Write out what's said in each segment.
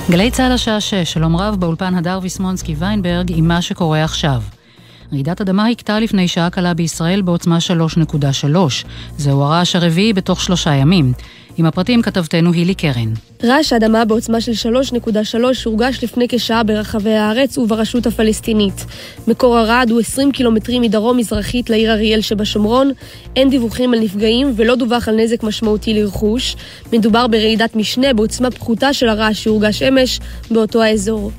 גלי צהל השעה 6, שלום רב באולפן הדר ויסמונסקי ויינברג עם מה שקורה עכשיו. רעידת אדמה הכתה לפני שעה קלה בישראל בעוצמה 3.3. זהו הרעש הרביעי בתוך 3 ימים. עם הפרטים כתבתנו הילי קרן. רעש האדמה בעוצמה של 3.3 הורגש לפני כשעה ברחבי הארץ וברשות הפלסטינית. מקור הרעד הוא 20 קילומטרים מדרום מזרחית לעיר אריאל שבשומרון. אין דיווחים על נפגעים ולא דווח על נזק משמעותי לרכוש. מדובר ברעידת משנה בעוצמה פחותה של הרעש שהורגש אמש באותו האזור.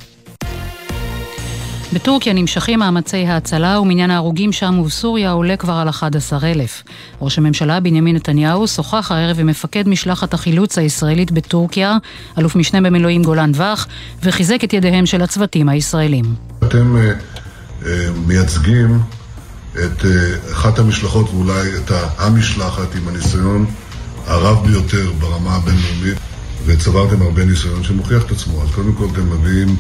בטורקיה נמשכים מאמצי ההצלה ומניין ההרוגים שם ובסוריה עולה כבר על 11,000. ראש הממשלה בנימין נתניהו שוחח הערב עם מפקד משלחת החילוץ הישראלית בטורקיה, אלוף משנה במילואים גולן וח, וחיזק את ידיהם של הצוותים הישראלים. אתם מייצגים את אחת המשלחות ואולי את המשלחת עם הניסיון הרב ביותר ברמה הבינלאומית, וצברתם הרבה ניסיון שמוכיח את עצמו. אז קודם כל אתם מביאים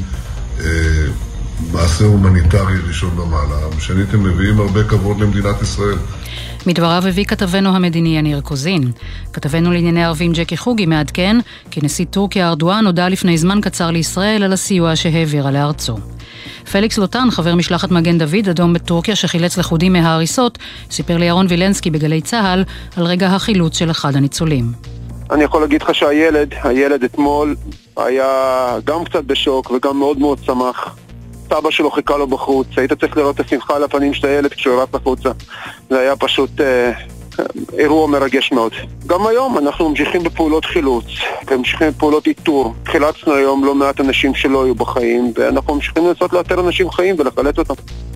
מעשה הומניטרי ראשון במעלה, ושניתם מביאים הרבה כבוד למדינת ישראל. מדבריו הביא כתבנו המדיני יניר קוזין. כתבנו לענייני ערבים ג'קי חוגי מעדכן כי נשיא טורקיה ארדואן הודע לפני זמן קצר לישראל על הסיוע שהעבירה לארצו. פליקס לוטן, חבר משלחת מגן דוד אדום בטורקיה שחילץ לכודים מההריסות, סיפר לירון וילנסקי בגלי צהל על רגע החילוץ של אחד הניצולים. אני יכול להגיד לך שהילד אתמול היה גם קצת בשוק וגם מאוד מאוד שמח. סבא שלו חיכה לו בחוץ, היית צריך לראות את השמחה על הפנים של הילד כשהוא רץ החוצה. זה היה פשוט אירוע מרגש מאוד. גם היום אנחנו ממשיכים בפעולות חילוץ, ממשיכים בפעולות איתור. חילצנו היום לא מעט אנשים שלא היו בחיים, ואנחנו ממשיכים לנסות לאתר אנשים חיים ולחלץ אותם.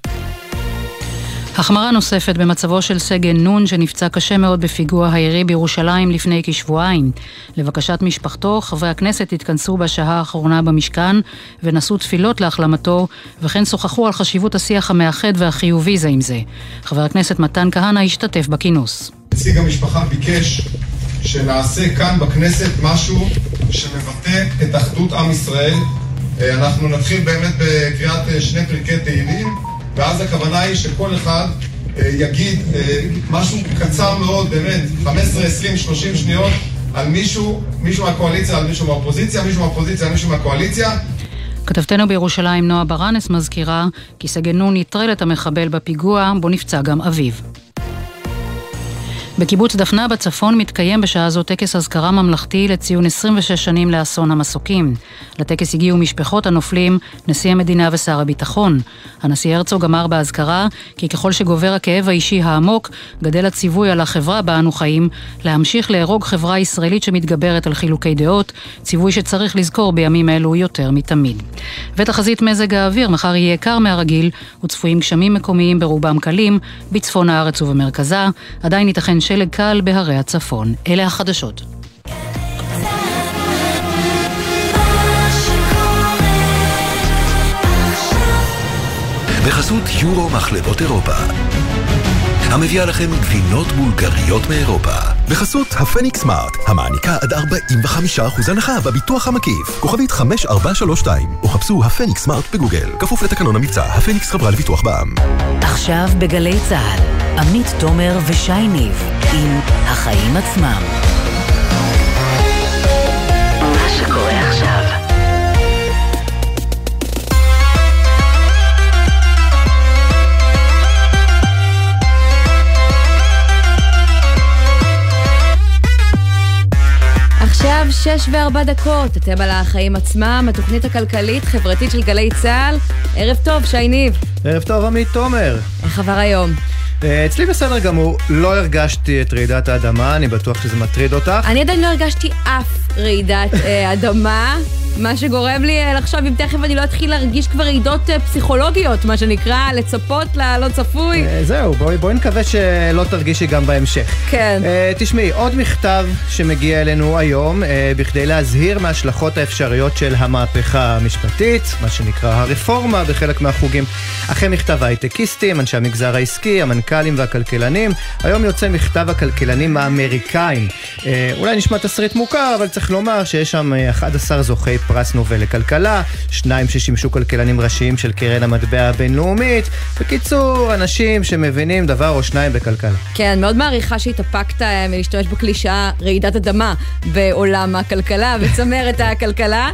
החמרה נוספת במצבו של סגן נון שנפצע קשה מאוד בפיגוע הירי בירושלים לפני כשבועיים. לבקשת משפחתו, חברי הכנסת התכנסו בשעה האחרונה במשכן ונשאו תפילות להחלמתו, וכן שוחחו על חשיבות השיח המאחד והחיובי זה עם זה. חבר הכנסת מתן כהנא השתתף בכינוס. נציג המשפחה ביקש שנעשה כאן בכנסת משהו שמבטא את אחדות עם ישראל. אנחנו נתחיל באמת בקריאת 2 פרקי תהילים, ואז הכוונה היא שכל אחד יגיד משהו קצר מאוד, באמת, 15, 20, 30 שניות, על מישהו מהקואליציה, על מישהו מהאופוזיציה, מישהו מהאופוזיציה, מישהו מהקואליציה. כתבתנו בירושלים נועה ברנס מזכירה כי סגן נון נטרל את המחבל בפיגוע, בו נפצע גם אביו. בקיבוץ דפנה בצפון מתקיים בשעה זו טקס הזכרה ממלכתי לציון 26 שנים לאסון המסוקים. לטקס הגיעו משפחות הנופלים, נשיא המדינה ושר הביטחון. הנשיא הרצוג אמר בהזכרה כי ככל שגובר הכאב האישי העמוק, גדל הציווי על החברה בה אנו חיים, להמשיך להרוג חברה ישראלית שמתגברת על חילוקי דעות, ציווי שצריך לזכור בימים אלו יותר מתמיד. ותחזית מזג האוויר, מחר יהיה קר מהרגיל, וצפויים גשמים מקומיים ברובם קלים, בצפון הארץ ובמרכזה, עדיין ייתכן שלג קל בהרי הצפון. אלה החדשות. בחסות יורו מחלבות אירופה, המביאה לכם גבינות בולגריות מאירופה. בחסות הפניקס סמארט, המעניקה עד 45% הנחה בביטוח המקיף. כוכבית 5432, או חפשו הפניקס סמארט בגוגל. כפוף לתקנון המבצע, הפניקס חברה לביטוח בע"מ. עכשיו בגלי צהל, עמית תומר ושי ניב, עם החיים עצמם. מה שקורה עכשיו. עכשיו 6:04, אתם על החיים עצמם, התוכנית הכלכלית-חברתית של גלי צהל. ערב טוב, שי ניב. ערב טוב, עמית תומר. איך עבר היום? אצלי בסדר גמור, לא הרגשתי את רעידת האדמה, אני בטוח שזה מטריד אותך. אני עדיין לא הרגשתי אף רעידת אדמה, מה שגורם לי לחשוב אם תכף אני לא אתחיל להרגיש כבר רעידות פסיכולוגיות, מה שנקרא לצפות ללא צפוי. זהו, בואי נקווה שלא תרגישי גם בהמשך. כן. תשמעי, עוד מכתב שמגיע אלינו היום, בכדי להזהיר מההשלכות האפשריות של המהפכה המשפטית, מה שנקרא הרפורמה בחלק מהחוגים. אחרי מכתב ההייטקיסטים, אנשי המגזר העסקי, המנכ"לים והכלכלנים, היום יוצא מכתב הכלכלנים האמריקאים. אולי נשמע תסריט מוכר, אבל צריך לומר שיש שם 11 זוכי פרס נובל לכלכלה, 2 ששימשו כלכלנים ראשיים של קרן המטבע הבינלאומית. בקיצור, אנשים שמבינים דבר או שניים בכלכלה. כן, מאוד מעריכה שהתאפקת מלהשתמש בקלישאה רעידת אדמה בעולם הכלכלה וצמרת הכלכלה,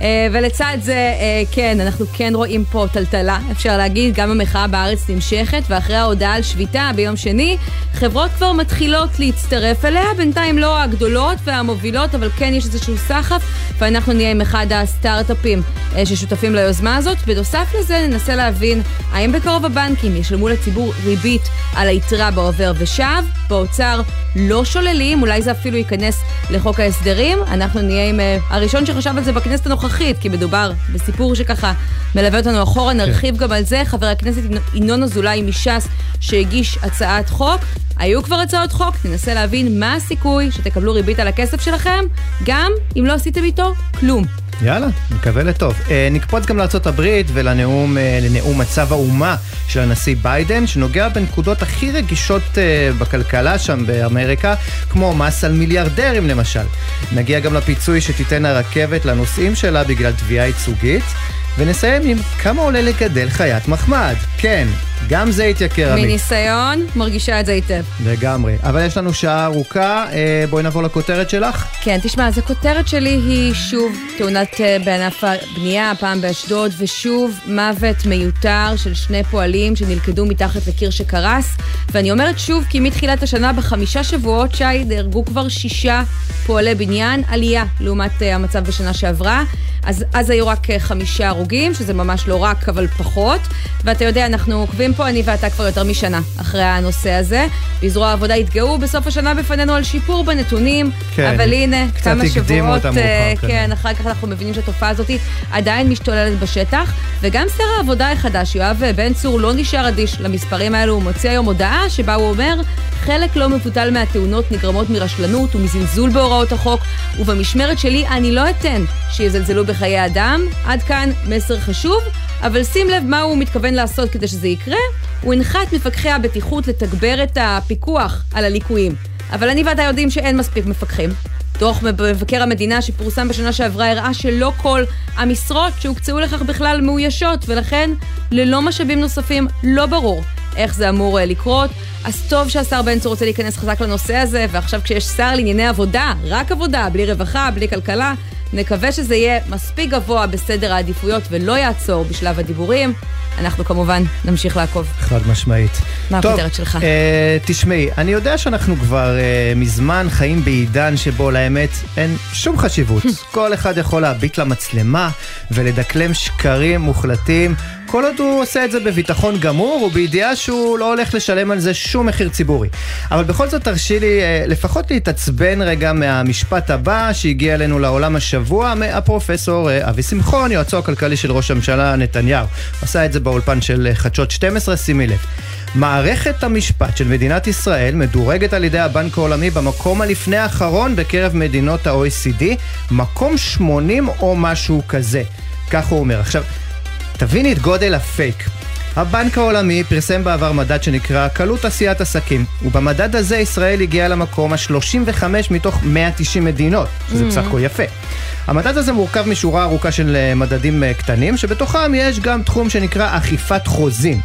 ולצד זה, כן, אנחנו כן רואים פה טלטלה, אפשר להגיד, גם המחאה בארץ נמשכת, ואחרי ההודעה על שביתה ביום שני, חברות כבר מתחילות להצטרף אליה, בינתיים לא הגדולות והמובילות, אבל כן יש איזשהו סחף, ואנחנו נהיה עם אחד הסטארט-אפים ששותפים ליוזמה הזאת. בנוסף לזה ננסה להבין האם בקרוב הבנקים ישלמו לציבור ריבית על היתרה בעובר ושב, באוצר לא שוללים, אולי זה אפילו ייכנס לחוק ההסדרים. אנחנו נהיה עם הראשון שחשב על זה בכנסת הנוכחית, כי מדובר בסיפור שככה מלווה אותנו אחורה, נרחיב גם על זה. חבר הכנסת ינון אזולאי מש"ס שהגיש הצעת חוק, היו כבר הצעות חוק, ננסה להבין מה הסיכוי שתקבלו ריבית על הכסף שלכם, גם אם לא עשיתם איתו כלום. יאללה, מקווה לטוב. נקפוץ גם לארצות הברית ולנאום מצב האומה של הנשיא ביידן, שנוגע בנקודות הכי רגישות בכלכלה שם באמריקה, כמו מס על מיליארדרים למשל. נגיע גם לפיצוי שתיתן הרכבת לנוסעים שלה בגלל תביעה ייצוגית, ונסיים עם כמה עולה לגדל חיית מחמד. כן, גם זה התייקר עמית. מניסיון, מרגישה את זה היטב. לגמרי. אבל יש לנו שעה ארוכה, בואי נעבור לכותרת שלך. כן, תשמע, אז הכותרת שלי היא שוב תאונת בענף הבנייה, הפעם באשדוד, ושוב מוות מיותר של 2 פועלים שנלכדו מתחת לקיר שקרס. ואני אומרת שוב, כי מתחילת השנה ב5 שבועות, שי, נהרגו כבר 6 פועלי בניין, עלייה לעומת המצב בשנה שעברה. אז היו רק 5 הרוגים, שזה ממש לא רק, אבל פחות. ואתה יודע, אנחנו עוקבים פה, אני ואתה כבר יותר משנה אחרי הנושא הזה. בזרוע העבודה התגאו בסוף השנה בפנינו על שיפור בנתונים, כן, אבל הנה, כמה שבועות, כן, אחר כך אנחנו מבינים שהתופעה הזאת עדיין משתוללת בשטח, וגם שר העבודה החדש, יואב בן צור, לא נשאר אדיש למספרים האלו, הוא מוציא היום הודעה שבה הוא אומר, חלק לא מבוטל מהתאונות נגרמות מרשלנות ומזלזול בהוראות החוק, ובמשמרת שלי אני לא אתן שיזלזלו בחיי אדם. עד כאן מסר חשוב, אבל שים לב מה הוא מתכוון לעשות כדי שזה יקרה. הוא הנחה את מפקחי הבטיחות לתגבר את הפיקוח על הליקויים. אבל אני ואתה יודעים שאין מספיק מפקחים. דוח מבקר המדינה שפורסם בשנה שעברה הראה שלא כל המשרות שהוקצאו לכך בכלל מאוישות, ולכן ללא משאבים נוספים לא ברור איך זה אמור לקרות. אז טוב שהשר בן צור רוצה להיכנס חזק לנושא הזה, ועכשיו כשיש שר לענייני עבודה, רק עבודה, בלי רווחה, בלי כלכלה, נקווה שזה יהיה מספיק גבוה בסדר העדיפויות ולא יעצור בשלב הדיבורים. אנחנו כמובן נמשיך לעקוב. חד משמעית. מה הכותרת שלך? תשמעי, אני יודע שאנחנו כבר מזמן חיים בעידן שבו לאמת אין שום חשיבות. כל אחד יכול להביט למצלמה ולדקלם שקרים מוחלטים, כל עוד הוא עושה את זה בביטחון גמור, ובידיעה שהוא לא הולך לשלם על זה שום מחיר ציבורי. אבל בכל זאת תרשי לי לפחות להתעצבן רגע מהמשפט הבא שהגיע אלינו לעולם השבוע, מהפרופסור אבי שמחון, יועצו הכלכלי של ראש הממשלה נתניהו. עשה את זה באולפן של חדשות 12, שימי לב. מערכת המשפט של מדינת ישראל מדורגת על ידי הבנק העולמי במקום הלפני האחרון בקרב מדינות ה-OECD, מקום 80 או משהו כזה. כך הוא אומר. עכשיו, תביני את גודל הפייק. הבנק העולמי פרסם בעבר מדד שנקרא קלות עשיית עסקים, ובמדד הזה ישראל הגיעה למקום ה-35 מתוך 190 מדינות, שזה בסך הכל יפה. המדד הזה מורכב משורה ארוכה של מדדים קטנים, שבתוכם יש גם תחום שנקרא אכיפת חוזים.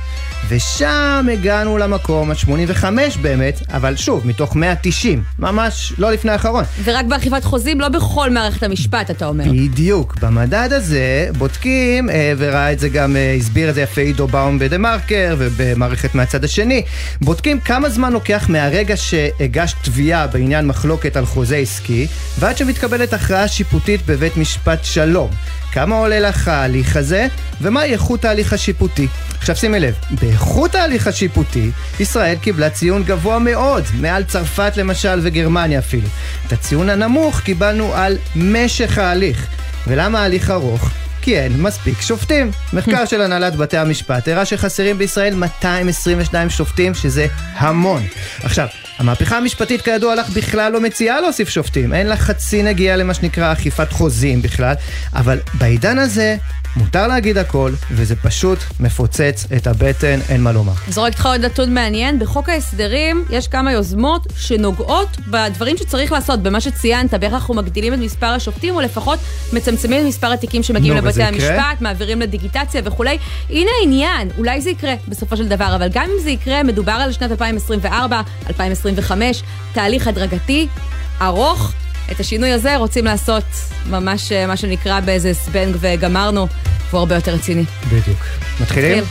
ושם הגענו למקום ה-85 באמת, אבל שוב, מתוך 190, ממש לא לפני האחרון. ורק באכיפת חוזים, לא בכל מערכת המשפט, אתה אומר. בדיוק. במדד הזה בודקים, וראה את זה גם, הסביר את זה יפה עידו באום בדה-מרקר, ובמערכת מהצד השני, בודקים כמה זמן לוקח מהרגע שהגשת תביעה בעניין מחלוקת על חוזה עסקי, ועד שמתקבלת הכרעה שיפוטית בבית משפט שלום. כמה עולה לך ההליך הזה, ומה איכות ההליך השיפוטי. עכשיו שימי לב, באיכות ההליך השיפוטי, ישראל קיבלה ציון גבוה מאוד, מעל צרפת למשל וגרמניה אפילו. את הציון הנמוך קיבלנו על משך ההליך. ולמה ההליך ארוך? כי אין מספיק שופטים. מחקר של הנהלת בתי המשפט הראה שחסרים בישראל 222 שופטים, שזה המון. עכשיו, המהפכה המשפטית כידוע לך בכלל לא מציעה להוסיף שופטים. אין לה חצי נגיעה למה שנקרא אכיפת חוזים בכלל. אבל בעידן הזה מותר להגיד הכל, וזה פשוט מפוצץ את הבטן, אין מה לומר. זורק לך עוד נתון מעניין, בחוק ההסדרים יש כמה יוזמות שנוגעות בדברים שצריך לעשות, במה שציינת, באיך אנחנו מגדילים את מספר השופטים, או לפחות מצמצמים את מספר התיקים שמגיעים לבתי המשפט, מעבירים לדיגיטציה וכו'. הנה העניין, אולי זה יקרה בסופו של דבר, אבל גם אם זה יקרה, מדובר על שנת 2024, 2025, תהליך הדרגתי, ארוך. את השינוי הזה רוצים לעשות ממש מה שנקרא באיזה סבנג וגמרנו, והוא הרבה יותר רציני. בדיוק. מתחילים?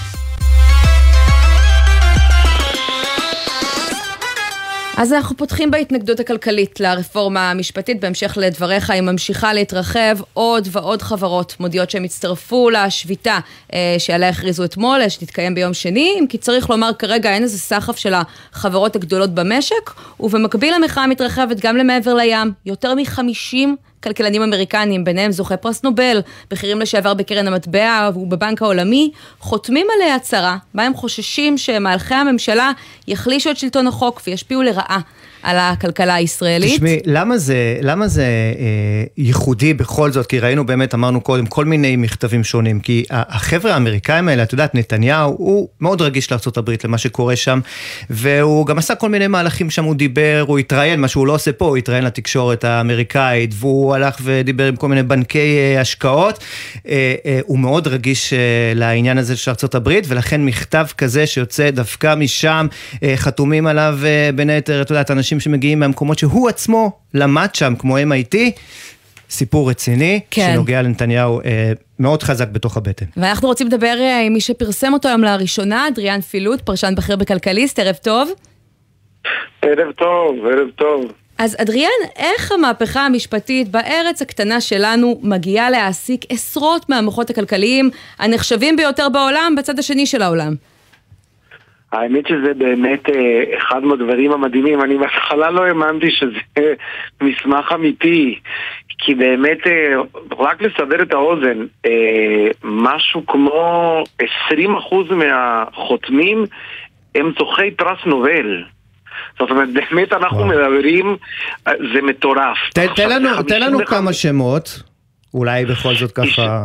אז אנחנו פותחים בהתנגדות הכלכלית לרפורמה המשפטית, בהמשך לדבריך היא ממשיכה להתרחב, עוד ועוד חברות מודיעות שהם הצטרפו לשביתה שעליה הכריזו אתמול, שתתקיים ביום שני, אם כי צריך לומר כרגע אין איזה סחף של החברות הגדולות במשק, ובמקביל המחאה מתרחבת גם למעבר לים, יותר מ-50 כלכלנים אמריקנים, ביניהם זוכה פרס נובל, בכירים לשעבר בקרן המטבע ובבנק העולמי, חותמים עליה הצהרה, בה הם חוששים שמהלכי הממשלה יחלישו את שלטון החוק וישפיעו לרעה על הכלכלה הישראלית. תשמעי, למה זה ייחודי בכל זאת? כי ראינו באמת, אמרנו קודם, כל מיני מכתבים שונים, כי החבר'ה האמריקאים האלה, את יודעת, נתניהו, הוא מאוד רגיש לארצות הברית, למה שקורה שם, והוא גם עשה כל מיני מהלכים שם, הוא דיבר, הוא התראיין, מה שהוא לא עושה פה, הוא התראיין לתקשורת האמריקאית, והוא הלך ודיבר עם כל מיני בנקי השקעות, הוא מאוד רגיש לעניין הזה של ארצות הברית, ולכן מכתב כזה שיוצא דווקא משם, חתומים עליו בין היתר, את יודעת, אנשים שמגיעים מהמקומות שהוא עצמו למד שם, כמו MIT, סיפור רציני, כן. שנוגע לנתניהו מאוד חזק בתוך הבטן. ואנחנו רוצים לדבר עם מי שפרסם אותו היום לראשונה, אדריאן פילוט, פרשן בכיר בכלכליסט, ערב טוב. ערב טוב, ערב טוב. אז אדריאן, איך המהפכה המשפטית בארץ הקטנה שלנו מגיעה להעסיק עשרות מהמוחות הכלכליים הנחשבים ביותר בעולם בצד השני של העולם? האמת שזה באמת אחד מהדברים המדהימים, אני בהתחלה לא האמנתי שזה מסמך אמיתי, כי באמת רק לסדר את האוזן, משהו כמו 20% מהחותמים הם זוכי פרס נובל. זאת אומרת, באמת אנחנו מדברים, זה מטורף. תן לנו כמה שמות, אולי בכל זאת ככה...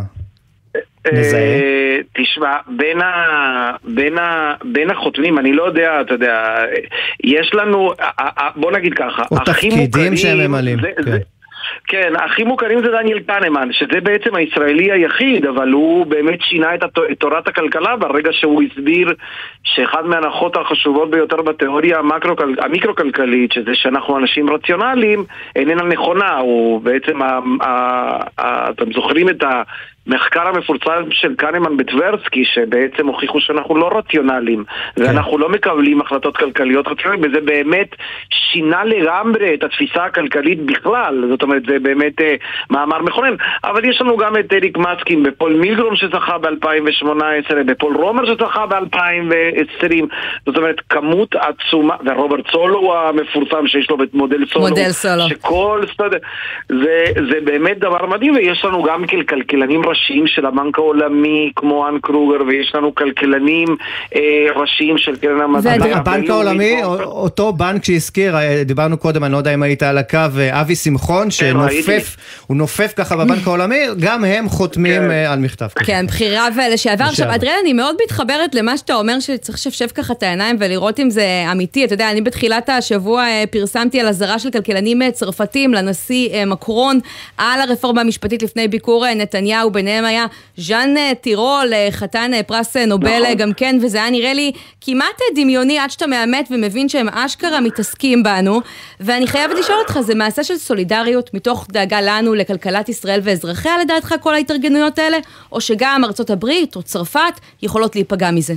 תשמע, בין החותמים, אני לא יודע, אתה יודע, יש לנו, בוא נגיד ככה, או תפקידים שהם ממלאים, כן, הכי מוכרים זה דניאל קנמן, שזה בעצם הישראלי היחיד, אבל הוא באמת שינה את תורת הכלכלה ברגע שהוא הסביר שאחד מההנחות החשובות ביותר בתיאוריה המיקרו-כלכלית, שזה שאנחנו אנשים רציונליים, איננה נכונה. הוא בעצם, אתם זוכרים את המחקר המפורסם של קנמן בטברסקי, שבעצם הוכיחו שאנחנו לא רציונליים, ואנחנו לא מקבלים החלטות כלכליות רציונליות, וזה באמת שינה לגמרי את התפיסה הכלכלית בכלל. זאת אומרת, זה באמת מאמר מכונן. אבל יש לנו גם את אריק מסקין בפול מילגרום שזכה ב-2018, בפול רומר שזכה ב-2020. זאת אומרת, כמות עצומה, ורוברט סולו הוא המפורסם שיש לו את מודל סולו. מודל סולו. שכל, זה באמת דבר מדהים, ויש לנו גם כלכלנים ראשיים של הבנק העולמי, כמו אן קרוגר, ויש לנו כלכלנים ראשיים של קרן המטבע. הבנק העולמי, אותו בנק שהזכיר, דיברנו קודם, אני לא יודע אם היית על הקו, אבי שמחון, הוא נופף ככה בבנק העולמי, גם הם חותמים על מכתב. כן, בחירה ולשעבר. עכשיו, אדריאן, אני מאוד מתחברת למה שאתה אומר, שצריך שפשף ככה את העיניים ולראות אם זה אמיתי. אתה יודע, אני בתחילת השבוע פרסמתי על הזרה של כלכלנים צרפתים לנשיא מקרון, על הרפורמה המשפטית לפני ביקור נתניהו, ביניהם היה ז'אן טירול, חתן פרס נובל גם כן, וזה היה נראה לי כמעט דמיוני עד שאתה מאמת ומבין שהם אשכרה מתעסקים בנו, ואני חייבת לשאול אותך, זה מעשה של סולידריות מתוך דאגה לנו לכלכלת ישראל ואזרחיה לדעתך כל ההתארגנויות האלה, או שגם ארצות הברית או צרפת יכולות להיפגע מזה?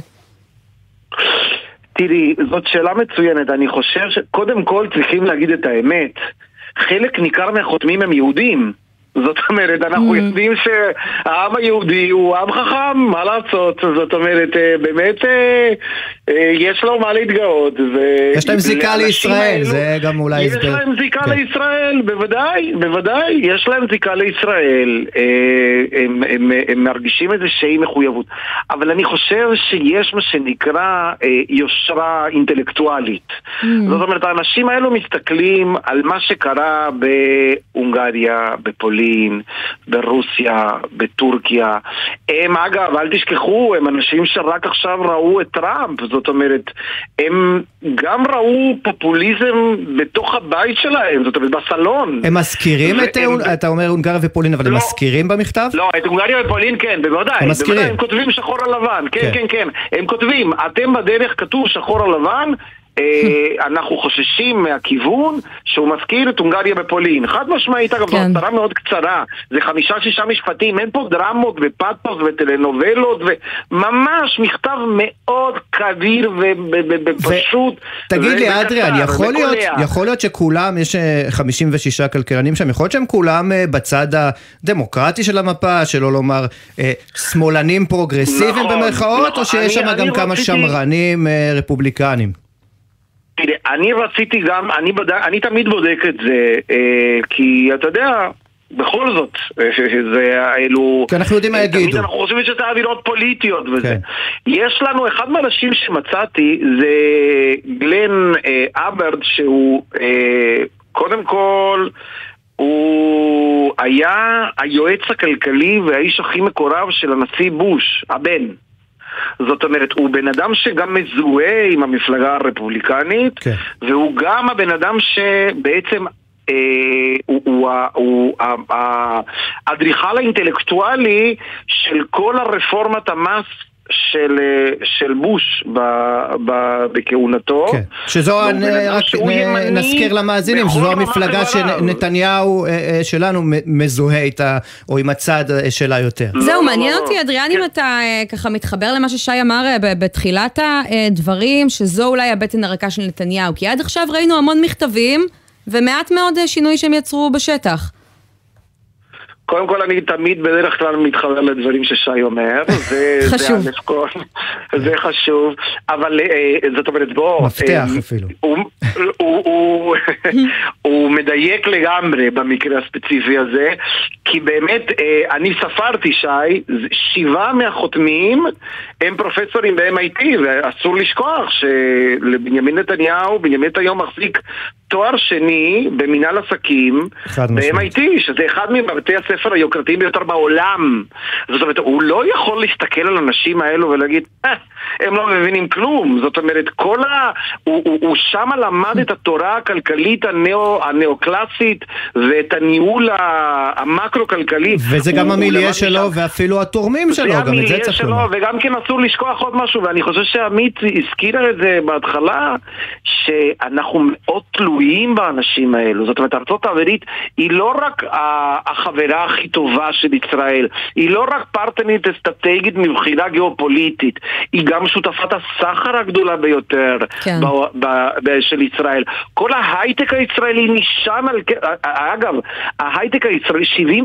תראי, זאת שאלה מצוינת. אני חושב שקודם כל צריכים להגיד את האמת. חלק ניכר מהחותמים הם יהודים. זאת אומרת, אנחנו יודעים שהעם היהודי הוא עם חכם, מה לעשות? זאת אומרת, באמת, יש לו מה להתגאות. יש להם זיקה לישראל, זה גם אולי יש להם זיקה לישראל, בוודאי, יש להם זיקה לישראל. הם מרגישים איזושהי מחויבות. אבל אני חושב שיש מה שנקרא יושרה אינטלקטואלית. זאת אומרת, האנשים האלו מסתכלים על מה שקרה בהונגריה, בפולין, ברוסיה, בטורקיה. הם, אגב, אל תשכחו, הם אנשים שרק עכשיו ראו את טראמפ. זאת אומרת, הם גם ראו פופוליזם בתוך הבית שלהם, זאת אומרת, בסלון. הם מזכירים אתה אומר הונגריה ופולין, אבל הם מזכירים במכתב? לא, את הונגריה ופולין כן, בוודאי. הם מזכירים. הם כותבים שחור על לבן, כן. הם כותבים, אתם בדרך כתוב שחור על לבן, אנחנו חוששים מהכיוון שהוא מזכיר את הונגריה בפולין. חד משמעית, אגב, זו הצהרה מאוד קצרה, זה 5-6 משפטים, אין פה דרמות ופאטוס וטלנובלות, וממש מכתב מאוד קביר ופשוט. תגיד לי, אדריאן, יכול להיות שכולם, יש 56 כלכלנים שם, יכול להיות שהם כולם בצד הדמוקרטי של המפה, שלא לומר שמאלנים פרוגרסיביים במרכאות, או שיש שם גם כמה שמרנים רפובליקנים? אני רציתי גם, אני תמיד בודק את זה, כי אתה יודע, בכל זאת, זה אלו... כי אנחנו יודעים מה יגידו. תמיד אנחנו חושבים שזה אווירות פוליטיות וזה. יש לנו, אחד מהאנשים שמצאתי, זה גלן אברד, שהוא קודם כל... הוא היה היועץ הכלכלי והאיש הכי מקורב של הנשיא בוש, הבן. זאת אומרת, הוא בן אדם שגם מזוהה עם המפלגה הרפובליקנית, והוא גם הבן אדם שבעצם הוא האדריכל האינטלקטואלי של כל הרפורמת המס של בוש בכהונתו. שזו, רק נזכיר למאזינים, שזו המפלגה שנתניהו שלנו מזוהה איתה, או עם הצד שלה יותר. זהו, מעניין אותי, אדריאן, אם אתה ככה מתחבר למה ששי אמר בתחילת הדברים, שזו אולי הבטן הרכה של נתניהו, כי עד עכשיו ראינו המון מכתבים, ומעט מאוד שינוי שהם יצרו בשטח. קודם כל אני תמיד בדרך כלל מתחבר לדברים ששי אומר, חשוב. זה חשוב, אבל זאת אומרת בוא, מפתח אפילו. הוא מדייק לגמרי במקרה הספציפי הזה, כי באמת אני ספרתי שי, 7 מהחותמים הם פרופסורים ב-MIT, ואסור לשכוח שלבנימין נתניהו, בנימין נתניהו מחזיק תואר שני במנהל עסקים ב-MIT, שזה אחד מבתי הספר היוקרתיים ביותר בעולם. זאת אומרת, הוא לא יכול להסתכל על האנשים האלו ולהגיד, הם לא מבינים כלום. זאת אומרת, הוא שם למד את התורה הכלכלית הנאו-קלאסית ואת הניהול המקרו-כלכלי. וזה גם המיליה שלו ואפילו התורמים שלו, גם את זה צריך לומר. וגם כן אסור לשכוח עוד משהו, ואני חושב שעמית הזכירה את זה בהתחלה, שאנחנו מאוד תלויים באנשים האלו. זאת אומרת, ארצות הברית היא לא רק החברה הכי טובה של ישראל, היא לא רק פרטנרית אסטרטגית מבחינה גיאופוליטית, היא גם שותפת הסחר הגדולה ביותר של ישראל. כל ההייטק הישראלי נשען על... אגב, ההייטק הישראלי,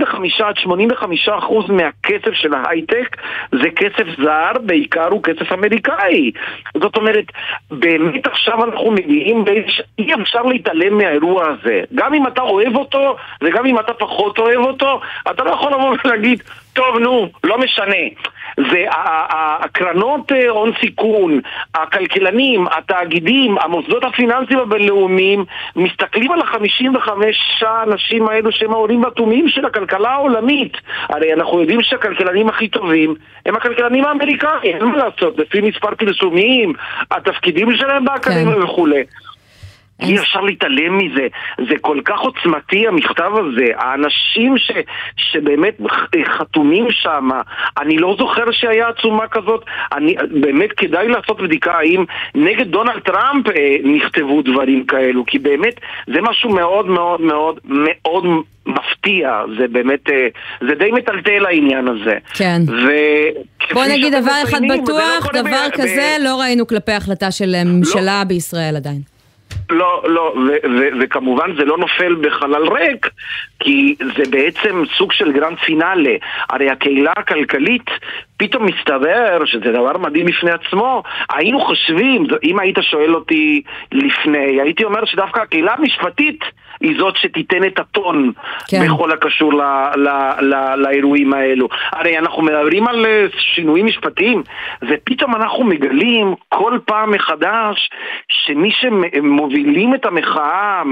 75-85% מהכסף של ההייטק זה כסף זר, בעיקר הוא כסף אמריקאי. זאת אומרת, באמת עכשיו אנחנו מגיעים, אי אפשר להתעלם מהאירוע הזה. גם אם אתה אוהב אותו, וגם אם אתה פחות אוהב אותו, אתה לא יכול לבוא ולהגיד, טוב, נו, לא משנה. זה הקרנות הון סיכון, הכלכלנים, התאגידים, המוסדות הפיננסיים הבינלאומיים, מסתכלים על 55 האנשים האלו שהם ההורים והתומים של הכלכלה העולמית. הרי אנחנו יודעים שהכלכלנים הכי טובים הם הכלכלנים האמריקאים, אין מה לעשות, לפי מספר פרסומיים, התפקידים שלהם באקדמיה וכו'. אי אפשר להתעלם מזה, זה כל כך עוצמתי המכתב הזה, האנשים שבאמת חתומים שם, אני לא זוכר שהיה עצומה כזאת, באמת כדאי לעשות בדיקה האם נגד דונלד טראמפ נכתבו דברים כאלו, כי באמת זה משהו מאוד מאוד מאוד מאוד מפתיע, זה באמת, זה די מטלטל העניין הזה. כן. בוא נגיד דבר אחד בטוח, דבר כזה לא ראינו כלפי החלטה של ממשלה בישראל עדיין. לא, וכמובן זה לא נופל בחלל ריק, כי זה בעצם סוג של גרנד פינאלה. הרי הקהילה הכלכלית פתאום מסתבר שזה דבר מדהים בפני עצמו. היינו חושבים, אם היית שואל אותי לפני, הייתי אומר שדווקא הקהילה המשפטית היא זאת שתיתן את הטון בכל הקשור לאירועים האלו. הרי אנחנו מדברים על שינויים משפטיים, ופתאום אנחנו מגלים כל פעם מחדש שמי שמובילים את המחאה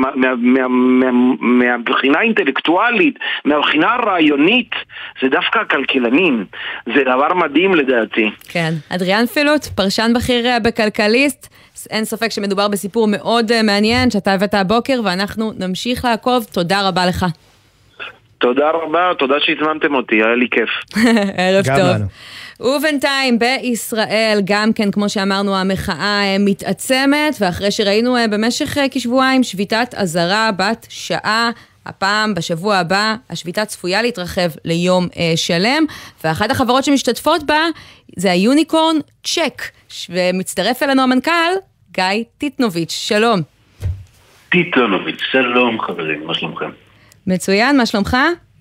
מהבחינה האינטלקטואלית, מהבחינה הרעיונית, זה דווקא הכלכלנים. זה דבר מדהים לדעתי. כן. אדריאן פילוט, פרשן בכיר בכלכליסט, אין ספק שמדובר בסיפור מאוד מעניין שאתה הבאת הבוקר, ואנחנו נמשיך לעקוב. תודה רבה לך. תודה רבה, תודה שהזמנתם אותי, היה לי כיף. ערב טוב. ובינתיים בישראל גם כן, כמו שאמרנו, המחאה מתעצמת, ואחרי שראינו במשך כשבועיים שביתת אזהרה בת שעה, הפעם בשבוע הבא השביתה צפויה להתרחב ליום שלם, ואחת החברות שמשתתפות בה זה היוניקורן צ'ק, ומצטרף אלינו המנכ"ל גיא טיטנוביץ'. שלום. טיטנוביץ', שלום חברים, מה שלומכם? מצוין, מה שלומך?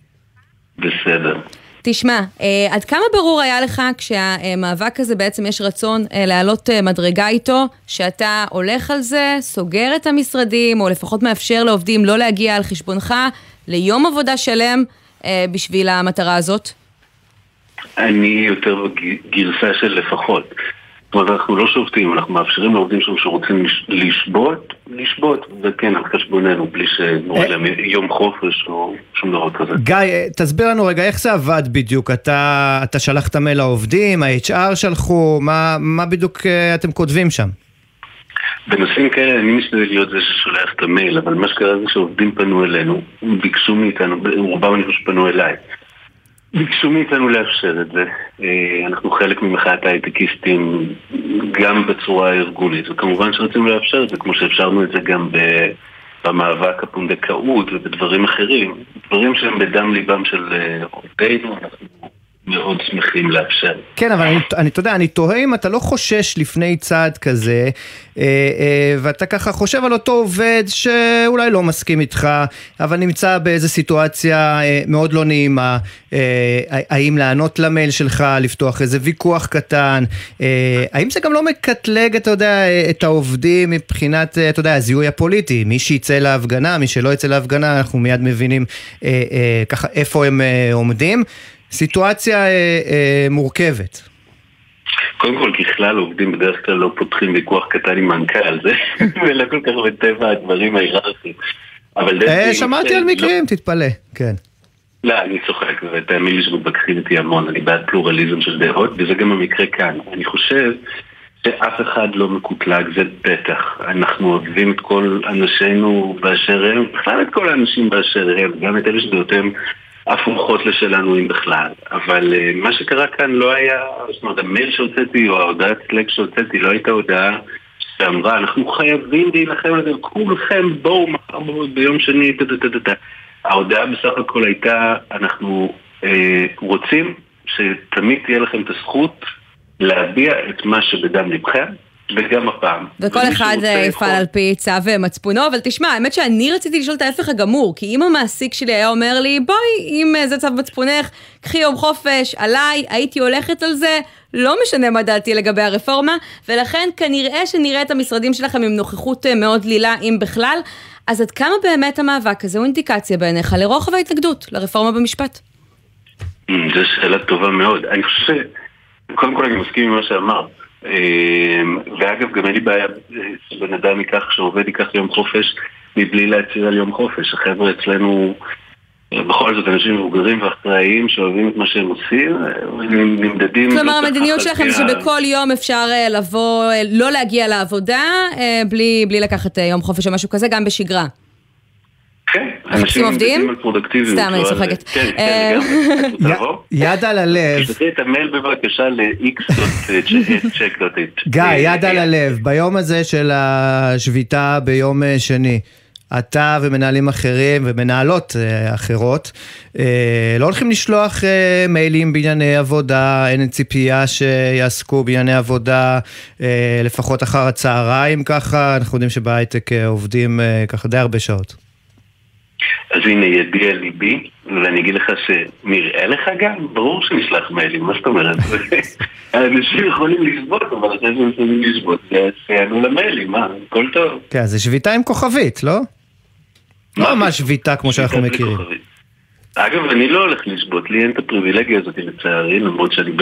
בסדר. תשמע, עד כמה ברור היה לך כשהמאבק הזה בעצם יש רצון להעלות מדרגה איתו, שאתה הולך על זה, סוגר את המשרדים, או לפחות מאפשר לעובדים לא להגיע על חשבונך ליום עבודה שלם בשביל המטרה הזאת? אני יותר בגרסה של לפחות. זאת אומרת, אנחנו לא שובתים, אנחנו מאפשרים לעובדים שרוצים לשבות, וכן, על חשבוננו, בלי שנורא להם יום חופש או שום דבר כזה. גיא, תסביר לנו רגע, איך זה עבד בדיוק? אתה שלחת מייל לעובדים, ה-HR שלחו, מה בדיוק אתם כותבים שם? בנושאים כאלה אני משתדל להיות זה ששולח את המייל, אבל מה שקרה זה שעובדים פנו אלינו, ביקשו מאיתנו, רובם אני חושב פנו אליי. ביקשו מאיתנו לאפשר את זה. אנחנו חלק ממחאת ההייטקיסטים גם בצורה הארגונית, וכמובן שרצינו לאפשר את זה, כמו שאפשרנו את זה גם במאבק הפונדקאות ובדברים אחרים, דברים שהם בדם ליבם של עובדינו, אנחנו מאוד שמחים לאפשר. כן, אבל אני תוהה אם אתה לא חושש לפני צעד כזה, ואתה ככה חושב על אותו עובד שאולי לא מסכים איתך, אבל נמצא באיזו סיטואציה מאוד לא נעימה, האם לענות למייל שלך, לפתוח איזה ויכוח קטן, האם זה גם לא מקטלג, אתה יודע, את העובדים מבחינת, אתה יודע, הזיהוי הפוליטי, מי שיצא להפגנה, מי שלא יצא להפגנה, אנחנו מיד מבינים ככה איפה הם עומדים. סיטואציה מורכבת. קודם כל, ככלל עובדים בדרך כלל לא פותחים ויכוח קטן עם מנכ"ל, זה לא כל כך בטבע הדברים ההיררכיים. שמעתי על מקרים, תתפלא, כן. לא, אני צוחק, ותאמין לי שמתווכחים איתי המון, אני בעד פלורליזם של דעות, וזה גם המקרה כאן. אני חושב שאף אחד לא מקוטלג, זה בטח. אנחנו אוהבים את כל אנשינו באשר הם, בכלל את כל האנשים באשר הם, גם את אלה שדעותיהם הפוכות לשלנו אם בכלל, אבל מה שקרה כאן לא היה, זאת אומרת, המייל שהוצאתי או ההודעת סלק שהוצאתי לא הייתה הודעה שאמרה, אנחנו חייבים להילחם על זה, כולכם בואו מחר ביום שני, ההודעה בסך הכל הייתה, אנחנו רוצים שתמיד תהיה לכם את הזכות להביע את מה שבדם לבכם, וגם הפעם. וכל אחד יפעל על פי צו מצפונו, אבל תשמע, האמת שאני רציתי לשאול את ההפך הגמור, כי אם המעסיק שלי היה אומר לי, בואי, אם זה צו מצפונך, קחי יום חופש, עליי, הייתי הולכת על זה, לא משנה מה דעתי לגבי הרפורמה, ולכן כנראה שנראה את המשרדים שלכם עם נוכחות מאוד דלילה, אם בכלל, אז עד כמה באמת המאבק הזה הוא אינדיקציה בעיניך לרוחב ההתנגדות לרפורמה במשפט? זו שאלה טובה מאוד. אני חושב קודם כל אני מסכים עם מה שאמר. ואגב גם אין לי בעיה שבן אדם ייקח, שעובד ייקח יום חופש מבלי להצהיר על יום חופש. החבר'ה אצלנו בכל זאת אנשים מבוגרים ואחראיים שאוהבים את מה שהם עושים, נמדדים. כלומר המדיניות שלכם זה שבכל יום אפשר לבוא, לא להגיע לעבודה בלי לקחת יום חופש או משהו כזה, גם בשגרה. כן, אנשים עובדים על פרודקטיביות. סתם, אני צוחקת. כן, יד על הלב. תשלחי את המייל בבקשה ל-x.check.it. גיא, יד על הלב, ביום הזה של השביתה ביום שני, אתה ומנהלים אחרים ומנהלות אחרות לא הולכים לשלוח מיילים בענייני עבודה, אין ציפייה שיעסקו בענייני עבודה לפחות אחר הצהריים ככה, אנחנו יודעים שבהייטק עובדים ככה די הרבה שעות. אז הנה ידיע ליבי, ואני אגיד לך שנראה לך גם, ברור שנשלח מיילים, מה זאת אומרת? האנשים יכולים לשבות, אבל אחרי שהם יכולים לשבות, שיענו למיילים, מה? הכל טוב. כן, זה שביתה עם כוכבית, לא? לא ממש שביתה כמו שאנחנו מכירים. אגב, אני לא הולך לשבות, לי אין את הפריבילגיה הזאת לצערי, למרות שאני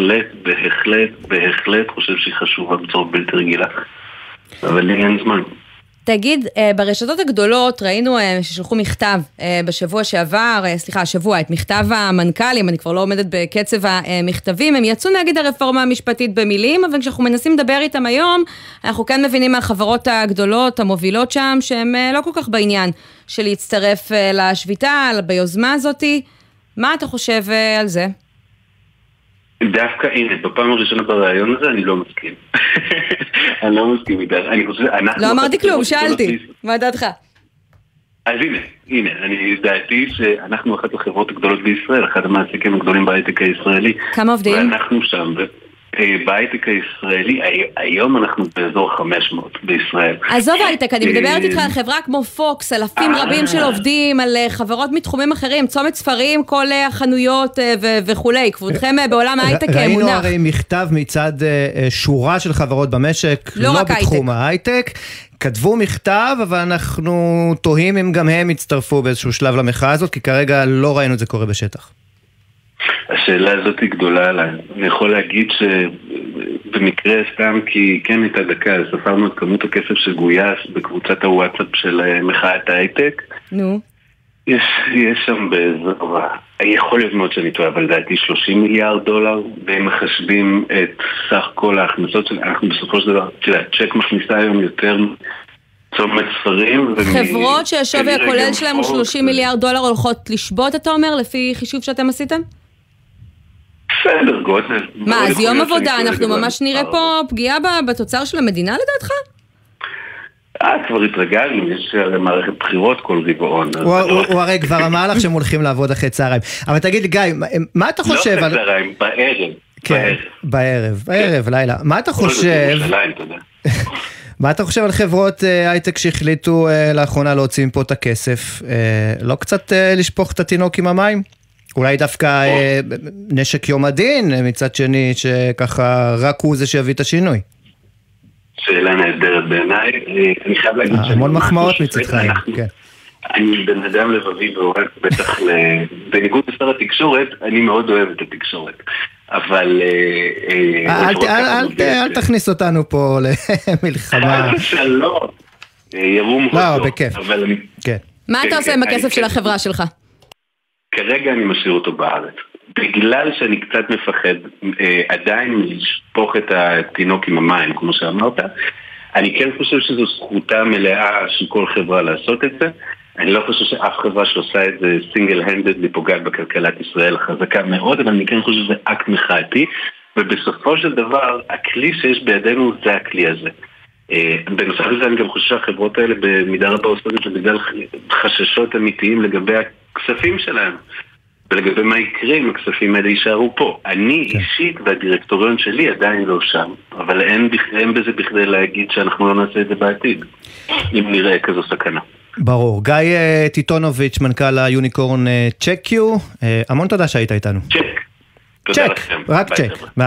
בהחלט חושב שהיא חשובה בצורה בלתי רגילה, אבל לי אין זמן. תגיד, ברשתות הגדולות ראינו ששלחו מכתב בשבוע שעבר, השבוע, את מכתב המנכ"לים, אני כבר לא עומדת בקצב המכתבים, הם יצאו נגד הרפורמה המשפטית במילים, אבל כשאנחנו מנסים לדבר איתם היום, אנחנו כן מבינים מהחברות הגדולות, המובילות שם, שהם לא כל כך בעניין של להצטרף לשביתה, ביוזמה הזאת. מה אתה חושב על זה? דווקא, הנה, בפעם הראשונה ברעיון הזה אני לא מסכים. אני לא מסכים איתך. לא אמרתי כלום, שאלתי. מה דעתך? אז הנה, אני דעתי שאנחנו אחת החברות הגדולות בישראל, אחד המעסיקים הגדולים בהייטק הישראלי. כמה עובדים? ואנחנו שם, בהייטק הישראלי, היום אנחנו באזור 500 בישראל. עזוב הייטק, אני מדברת איתך על חברה כמו פוקס, אלפים רבים של עובדים, על חברות מתחומים אחרים, צומת ספרים, כל החנויות וכולי. כבודכם בעולם ההייטק מונח. ראינו הרי מכתב מצד שורה של חברות במשק, לא בתחום ההייטק. כתבו מכתב, אבל אנחנו תוהים אם גם הם יצטרפו באיזשהו שלב למחאה הזאת, כי כרגע לא ראינו את זה קורה בשטח. השאלה הזאת היא גדולה עליי. אני יכול להגיד שבמקרה סתם, כי כן הייתה דקה, ספרנו את כמות הכסף שגויס בקבוצת הוואטסאפ של מחאת ההייטק. נו. יש שם באזור, יכול להיות מאוד שאני טועה, אבל לדעתי $30 מיליארד, והם מחשבים את סך כל ההכנסות שלנו. אנחנו בסופו של דבר, צ'ק מכניסה היום יותר צומת ספרים. חברות שהשווי הכולל שלהם הוא $30 מיליארד הולכות לשבות, אתה אומר, לפי חישוב שאתם עשיתם? בסדר, גודל. מה, אז יום עבודה, אנחנו ממש נראה פה פגיעה בתוצר של המדינה לדעתך? כבר התרגלנו, יש מערכת בחירות כל רבעון. הוא הרי כבר אמר לך שהם הולכים לעבוד אחרי צהריים. אבל תגיד לי, גיא, מה אתה חושב על... לא אחרי צהריים, בערב. כן, בערב, לילה. מה אתה חושב... מה אתה חושב על חברות הייטק שהחליטו לאחרונה להוציא מפה את הכסף? לא קצת לשפוך את התינוק עם המים? אולי דווקא נשק יום הדין, מצד שני, שככה רק הוא זה שיביא את השינוי. שאלה נהדרת בעיניי. אני חייב להגיד המון מחמאות מצדך, כן. אני בן אדם לבבי ואוהב, בטח בניגוד לשר התקשורת, אני מאוד אוהב את התקשורת. אבל... אל תכניס אותנו פה למלחמה. שלא. ירום לא, בכיף. מה אתה עושה עם הכסף של החברה שלך? כרגע אני משאיר אותו בארץ. בגלל שאני קצת מפחד עדיין לשפוך את התינוק עם המים, כמו שאמרת, אני כן חושב שזו זכותה מלאה של כל חברה לעשות את זה. אני לא חושב שאף חברה שעושה את זה single-handed פוגעת בכלכלת ישראל חזקה מאוד, אבל אני כן חושב שזה אקט מחאתי, ובסופו של דבר, הכלי שיש בידינו זה הכלי הזה. בנוסף לזה אני גם חושב שהחברות האלה במידה רבה עושות את זה בגלל חששות אמיתיים לגבי הכספים שלהם. ולגבי מה יקרה אם הכספים האלה יישארו פה. אני אישית והדירקטוריון שלי עדיין לא שם, אבל אין בזה בכדי להגיד שאנחנו לא נעשה את זה בעתיד, אם נראה כזו סכנה. ברור. גיא טיטונוביץ', מנכ"ל היוניקורן צ'קיו, המון תודה שהיית איתנו. צ'ק, רק צ'ק, 100%.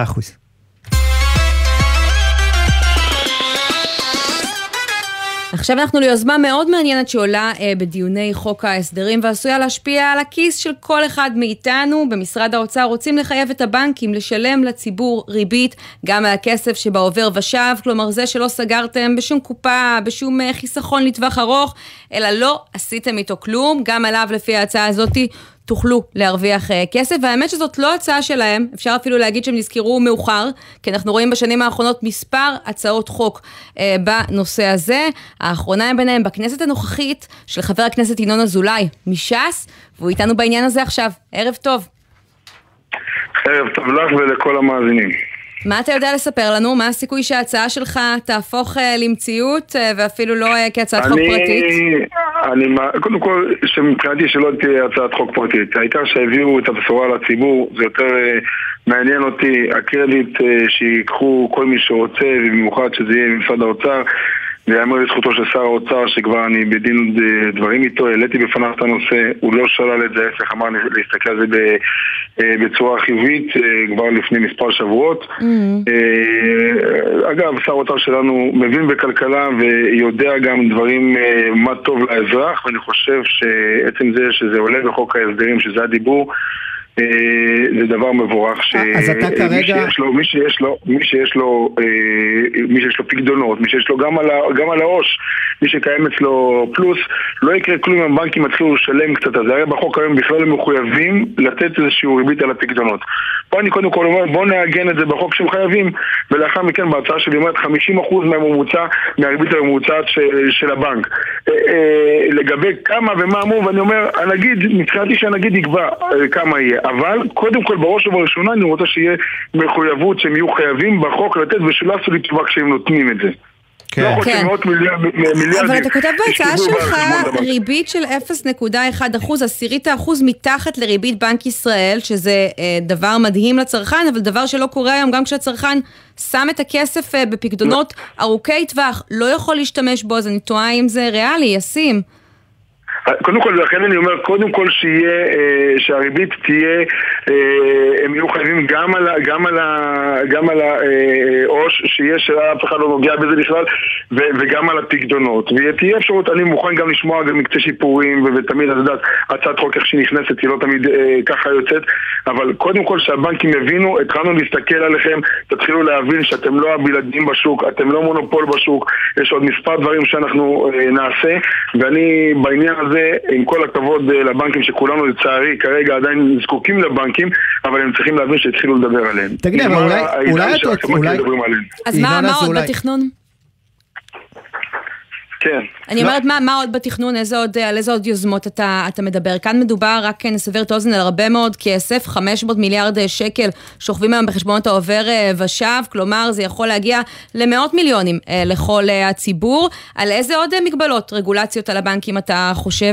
עכשיו אנחנו ליוזמה מאוד מעניינת שעולה בדיוני חוק ההסדרים ועשויה להשפיע על הכיס של כל אחד מאיתנו. במשרד האוצר רוצים לחייב את הבנקים לשלם לציבור ריבית גם על הכסף שבעובר ושב, כלומר זה שלא סגרתם בשום קופה, בשום חיסכון לטווח ארוך, אלא לא עשיתם איתו כלום, גם עליו לפי ההצעה הזאת תוכלו להרוויח כסף, והאמת שזאת לא הצעה שלהם, אפשר אפילו להגיד שהם נזכרו מאוחר, כי אנחנו רואים בשנים האחרונות מספר הצעות חוק בנושא הזה, האחרונה ביניהם בכנסת הנוכחית של חבר הכנסת ינון אזולאי מש"ס, והוא איתנו בעניין הזה עכשיו. ערב טוב. ערב טוב לך ולכל המאזינים. מה אתה יודע לספר לנו? מה הסיכוי שההצעה שלך תהפוך למציאות ואפילו לא כהצעת חוק פרטית? קודם כל, שמבחינתי שלא תהיה הצעת חוק פרטית. העיקר שהביאו את הבשורה לציבור, זה יותר מעניין אותי. הקרדיט שיקחו כל מי שרוצה, ובמיוחד שזה יהיה במשרד האוצר, ויאמר לזכותו של שר האוצר שכבר אני בדין דברים איתו, העליתי בפניו את הנושא, הוא לא שלל את זה, ההפך אמר להסתכל על זה בצורה חיובית כבר לפני מספר שבועות. אגב, שר האוצר שלנו מבין בכלכלה ויודע גם דברים מה טוב לאזרח, ואני חושב שעצם זה שזה עולה בחוק ההסדרים, שזה הדיבור, זה דבר מבורך. אז אתה כרגע... מי שיש לו פקדונות, מי שיש לו גם על העו"ש, מי שקיים אצלו פלוס, לא יקרה כלום אם הבנקים מתחילו לשלם קצת. אז הרי בחוק היום בכלל הם מחויבים לתת איזשהו ריבית על הפקדונות. פה אני קודם כל אומר, בוא נעגן את זה בחוק שהם חייבים, ולאחר מכן בהצעה שלי אומרת 50% מהריבית הממוצעת של הבנק. לגבי כמה ומה אמור, ואני אומר, מבחינתי שהנגיד יקבע כמה יהיה. אבל קודם כל בראש ובראשונה אני רוצה שיהיה מחויבות שהם יהיו חייבים בחוק לתת ושלא עשו לי טובה כשהם נותנים את זה. כן. אבל אתה כותב בהצעה שלך ריבית של 0.1%, 0.1% מתחת לריבית בנק ישראל, שזה דבר מדהים לצרכן, אבל דבר שלא קורה היום גם כשהצרכן שם את הכסף בפקדונות ארוכי טווח, לא יכול להשתמש בו, אז אני תוהה אם זה ריאלי, ישים. קודם כל, לכן אני אומר, קודם כל שהריבית תהיה, הם יהיו חייבים גם על העו"ש, שיהיה שאף אחד לא נוגע בזה בכלל, וגם על הפקדונות. ותהיה אפשרות, אני מוכן גם לשמוע גם מקצה שיפורים, ותמיד, אתה יודעת, הצעת חוק איך שהיא נכנסת, היא לא תמיד ככה יוצאת, אבל קודם כל שהבנקים הבינו, התחלנו להסתכל עליכם, תתחילו להבין שאתם לא הבלעדים בשוק, אתם לא מונופול בשוק, יש עוד מספר דברים שאנחנו נעשה, ואני בעניין הזה, עם כל הכבוד לבנקים שכולנו לצערי כרגע עדיין זקוקים לבנקים, אבל הם צריכים להבין שהתחילו לדבר עליהם. תגיד, אבל אולי... אז מה עוד בתכנון? כן. אני אומרת, מה עוד בתכנון, על איזה עוד יוזמות אתה מדבר? כאן מדובר, רק נסבר את האוזן, על הרבה מאוד כסף, 500 מיליארד שקל שוכבים היום בחשבונות העובר ושב, כלומר זה יכול להגיע למאות מיליונים לכל הציבור. על איזה עוד מגבלות, רגולציות על הבנקים אתה חושב?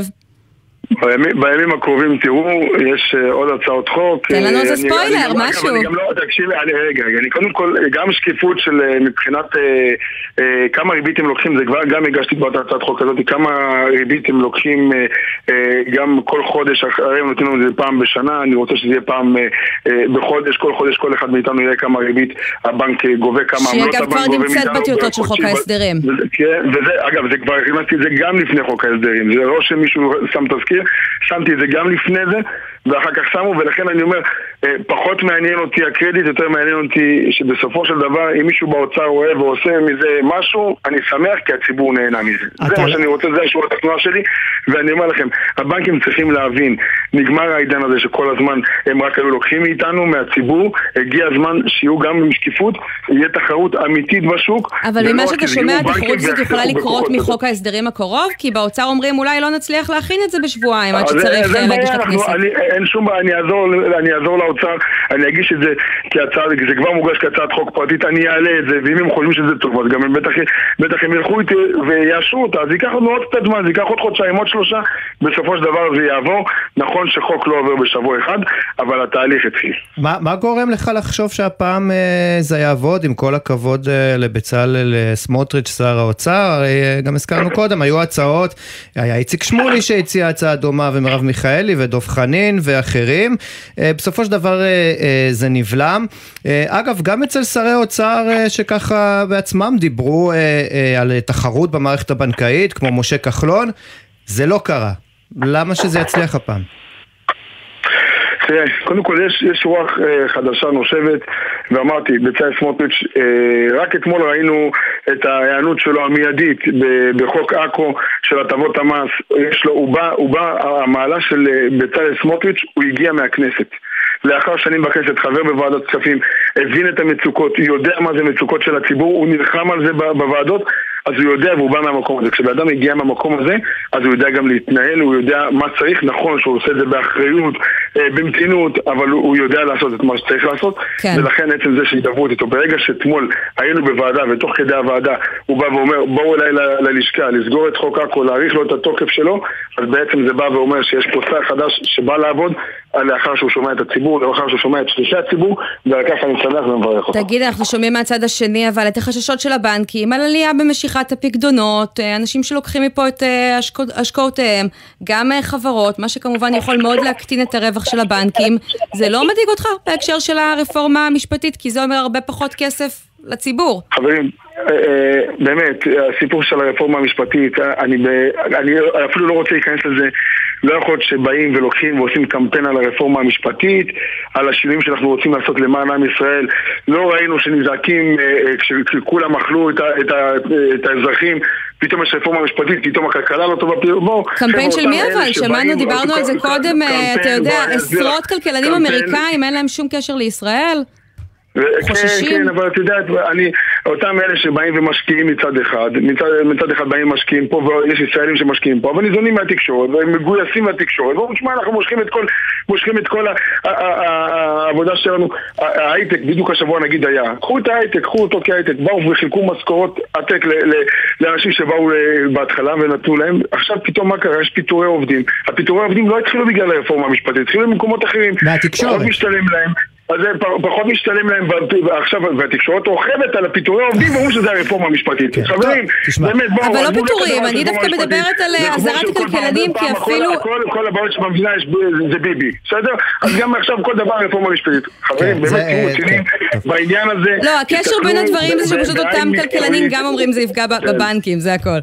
בימים הקרובים תראו, יש עוד הצעות חוק. תן לנו איזה ספוילר, משהו. אני גם לא, תקשיב, רגע, אני קודם כל, גם שקיפות של מבחינת כמה ריבית הם לוקחים, זה כבר גם הגשתי באותה הצעת חוק הזאת, כמה ריבית הם לוקחים גם כל חודש, הרי הם נותנים לנו את זה פעם בשנה, אני רוצה שזה יהיה פעם בחודש, כל חודש כל אחד מאיתנו יראה כמה ריבית הבנק גובה, כמה עמלות הבנק גובה מאיתנו. שיהיה כבר נמצאת בטיוטות של חוק ההסדרים. אגב, זה כבר הכנסתי את זה גם לפני חוק ההסדרים, זה לא שמישהו שם תזכיר, שמתי את זה גם לפני זה, ואחר כך שמו, ולכן אני אומר, פחות מעניין אותי הקרדיט, יותר מעניין אותי שבסופו של דבר, אם מישהו באוצר רואה ועושה מזה משהו, אני שמח כי הציבור נהנה מזה. זה מה שאני רוצה, זה השורה התחתונה שלי, ואני אומר לכם, הבנקים צריכים להבין, נגמר העידן הזה שכל הזמן הם רק היו לוקחים מאיתנו, מהציבור, הגיע הזמן שיהיו גם במשקיפות, יהיה תחרות אמיתית בשוק. אבל ממה שאתה שומע, התחרות הזאת יכולה לקרות מחוק ההסדרים הקרוב, כי באוצר אומרים, אולי לא נצליח להכין את זה בשבועיים, עד שצריך להגיש לכנסת. אין שום בעיה, אני אעזור לאוצר, אני אגיש את זה כהצעה, זה כבר מוגש כהצעת חוק פרטית, אני אעלה את זה, ואם הם חושבים שזה טוב, אז גם הם בטח הם ילכו איתי ויאשרו אותה, אז ייקח לנו עוד קצת זמן, זה ייקח עוד חודשיים, עוד 3, בסופו של דבר זה יעבור. נכון שחוק לא עובר בשבוע אחד, אבל התהליך התחיל. מה גורם לך לחשוב שהפעם זה יעבוד, עם כל הכבוד לבצלאל סמוטריץ' שר האוצר? הרי גם הזכרנו קודם, היו הצעות, היה איציק שמולי שהציע הצעה דומה, ומרב מיכאלי ודוב חנין ואחרים. בסופו של דבר זה נבלם. אגב, גם אצל שרי האוצר שככה בעצמם דיברו על תחרות במערכת הבנקאית, כמו משה כחלון, זה לא קרה. למה שזה יצליח הפעם? תראה, קודם כל יש רוח חדשה נושבת, ואמרתי, בצלאל סמוטריץ' רק אתמול ראינו את ההיענות שלו המיידית בחוק אקו של הטבות המס. הוא בא, המעלה של בצלאל סמוטריץ', הוא הגיע מהכנסת. לאחר שנים בכנסת, חבר בוועדת כספים, הבין את המצוקות, יודע מה זה מצוקות של הציבור, הוא נלחם על זה בוועדות, אז הוא יודע והוא בא מהמקום הזה. כשבאדם הגיע מהמקום הזה, אז הוא יודע גם להתנהל, הוא יודע מה צריך. נכון שהוא עושה את זה באחריות, במתינות, אבל הוא יודע לעשות את מה שצריך לעשות, ולכן עצם זה שהתעברות איתו. ברגע שאתמול היינו בוועדה, ותוך כדי הוועדה הוא בא ואומר, בואו אליי ללשכה, לסגור את חוק עכו, להאריך לו את התוקף שלו, אז בעצם זה בא ואומר שיש פה שר חדש שבא לעבוד, לאחר שהוא שומע את הציבור, לאחר שהוא שומע את שלישי הציבור, ולכך אני שמח ומברך אותו. תגיד, אנחנו שומעים מהצד השני, אבל את החששות של הבנקים, על עלייה במשיכת הפקדונות, אנשים שלוקחים מפה את השקעותיהם, גם חברות, מה שכמובן יכול מאוד להקטין את הרווח של הבנקים. זה לא מדאיג אותך בהקשר של הרפורמה המשפטית, כי זה אומר הרבה פחות כסף לציבור. חברים, באמת, הסיפור של הרפורמה המשפטית, אני אפילו לא רוצה להיכנס לזה. לא יכול להיות שבאים ולוקחים ועושים קמפיין על הרפורמה המשפטית, על השינויים שאנחנו רוצים לעשות למען עם ישראל. לא ראינו שנזעקים כשכולם אכלו את האזרחים, פתאום יש רפורמה משפטית, פתאום הכלכלה לא טובה. קמפיין של מי אבל? שמענו, דיברנו על זה קודם, אתה יודע, עשרות כלכלנים אמריקאים, אין להם שום קשר לישראל. כן, אבל את יודעת, אותם אלה שבאים ומשקיעים מצד אחד באים ומשקיעים פה, ויש ישראלים שמשקיעים פה, אבל ניזונים מהתקשורת, והם מגויסים מהתקשורת, ואומרים, אנחנו מושכים את כל העבודה שלנו. ההייטק, בדיוק השבוע נגיד היה, קחו את ההייטק, קחו אותו כהייטק, באו וחילקו משכורות עתק לאנשים שבאו בהתחלה ונתנו להם. עכשיו פתאום מה קרה? יש פיטורי עובדים. הפיטורי עובדים לא התחילו בגלל הרפורמה המשפטית, התחילו במקומות אחרים. מהתקשורת. אז זה פחות משתלם להם עכשיו, והתקשורת רוכבת על הפיטורי העובדים, ואומרים שזה הרפורמה המשפטית. חברים, באמת, בואו... אבל לא פיטורים, אני דווקא מדברת על החזרת הכלכלנים, כי אפילו... כל הבעיות שבמדינה זה ביבי, בסדר? אז גם עכשיו כל דבר רפורמה משפטית. חברים, באמת תראו צינים בעניין הזה... לא, הקשר בין הדברים זה שפשוט אותם כלכלנים גם אומרים זה יפגע בבנקים, זה הכל.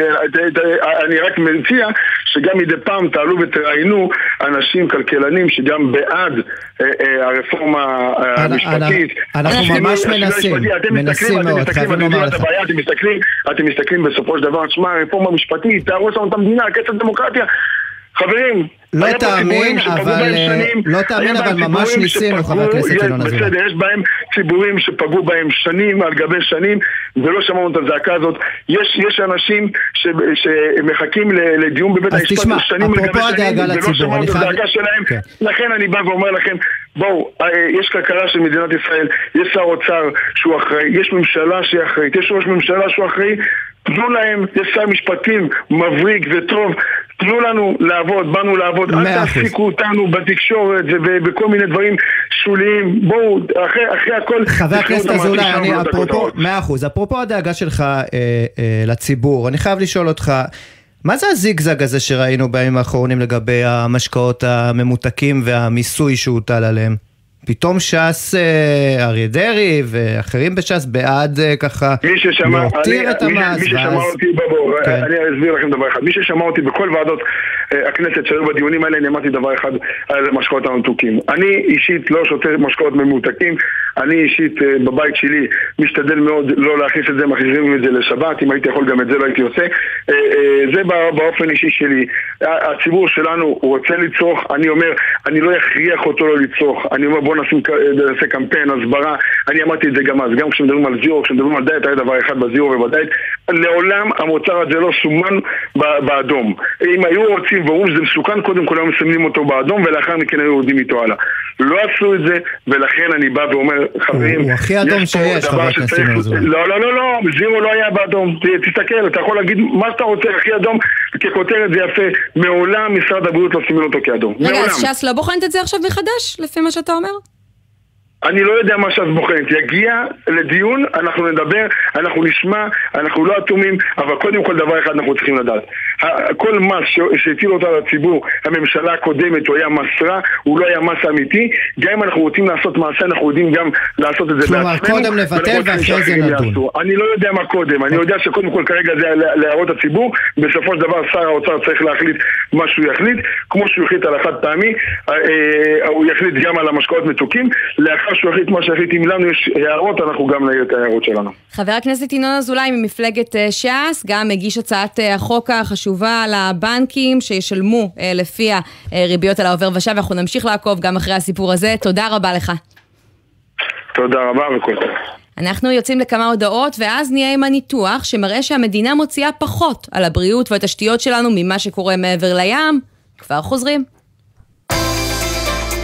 אני רק מציע שגם מדי פעם תעלו ותראיינו אנשים כלכלנים שגם בעד הרפורמה המשפטית. אנחנו ממש מנסים מאוד, חייבים לומר לך. אתם מסתכלים בסופו של דבר, תשמע, הרפורמה המשפטית, תהרוס לנו את המדינה, הקץ הדמוקרטיה. חברים, לא תאמין, אבל ממש ניסינו, חבר הכנסת ינון אזולאי. בסדר, יש בהם ציבורים שפגעו בהם שנים על גבי שנים, ולא שמענו את הזעקה הזאת. יש אנשים שמחכים לדיון בבית המשפט שנים על גבי שנים, ולא שמענו את הזעקה שלהם. לכן אני בא ואומר לכם, בואו, יש כלכלה של מדינת ישראל, יש שר אוצר שהוא אחראי, יש ממשלה שהיא אחראית, יש ראש ממשלה שהוא אחראי, תנו להם, יש שר משפטים מבריק וטוב, תנו לנו לעבוד, באנו לעבוד, אל תעסיקו אותנו בתקשורת ובכל מיני דברים שוליים. בואו, אחרי הכל... חבר הכנסת אזולאי, אפרופו, 100%, אפרופו הדאגה שלך לציבור, אני חייב לשאול אותך, מה זה הזיגזג הזה שראינו בימים האחרונים לגבי המשקאות הממותקים והמיסוי שהוטל עליהם? פתאום ש"ס, אריה דרעי ואחרים בש"ס בעד ככה להותיר את המס. מי ששמע אותי, אני אסביר לכם דבר אחד. מי ששמע אותי בכל ועדות הכנסת שהיו בדיונים האלה, אני אמרתי דבר אחד על משקאות הממותקים. אני אישית לא שותה משקאות ממותקים, אני אישית בבית שלי משתדל מאוד לא להכניס את זה, מכניסים את זה לשבת, אם הייתי יכול גם את זה לא הייתי עושה. זה באופן אישי שלי. הציבור שלנו הוא רוצה לצרוך, אני אומר, אני לא יכריח אותו לא לצרוך. אני אומר, בוא נעשה קמפיין, הסברה. אני אמרתי את זה גם אז, גם כשמדברים על זירו, כשמדברים על דייט, היה דבר אחד בזירו ובדייט. לעולם המוצר הזה לא סומן באדום. אם היו רוצים ואומרים שזה מסוכן, קודם כל היו מסמנים אותו באדום, ולאחר מכן היו יורדים איתו הלאה. לא עשו את זה, ולכן אני בא ואומר, חברים, הוא הכי אדום שיש, חבר הכנסת ינון אזולאי. לא, זירו לא היה באדום. תסתכל, אתה יכול להגיד מה שאתה רוצה, הכי אדום, ככותרת זה יפה. מעולם משרד הבריאות לא סימן אותו כאדום. רגע, אז ש"ס לא בוחנת את זה עכשיו מחדש, לפי מה שאתה אומר? אני לא יודע מה ש"ס בוחנת. יגיע לדיון, אנחנו נדבר, אנחנו נשמע, אנחנו לא אטומים, אבל קודם כל דבר אחד אנחנו צריכים לדעת. כל מס שהטיל אותה לציבור, הממשלה הקודמת, הוא היה מס רע, הוא לא היה מס אמיתי. גם אם אנחנו רוצים לעשות מעשה, אנחנו יודעים גם לעשות את זה בעצמנו. כלומר, קודם לבטל ואחרי זה נדון. אני לא יודע מה קודם, אני יודע שקודם כל כרגע זה להראות הציבור, בסופו של דבר שר האוצר צריך להחליט מה שהוא יחליט, כמו שהוא יחליט על החד פעמי, הוא יחליט גם על המשקאות מתוקים, לאחר שהוא יחליט מה שהחליט, אם לנו יש הערות, אנחנו גם נראה את ההערות שלנו. חבר הכנסת ינון אזולאי ממפלגת ש"ס, גם הגיש הצעת החוק החשובה לבנקים שישלמו לפי הריביות על העובר ושב, ואנחנו נמשיך לעקוב גם אחרי הסיפור הזה. תודה רבה לך. תודה רבה וכל טוב. אנחנו יוצאים לכמה הודעות, ואז נהיה עם הניתוח שמראה שהמדינה מוציאה פחות על הבריאות והתשתיות שלנו ממה שקורה מעבר לים. כבר חוזרים.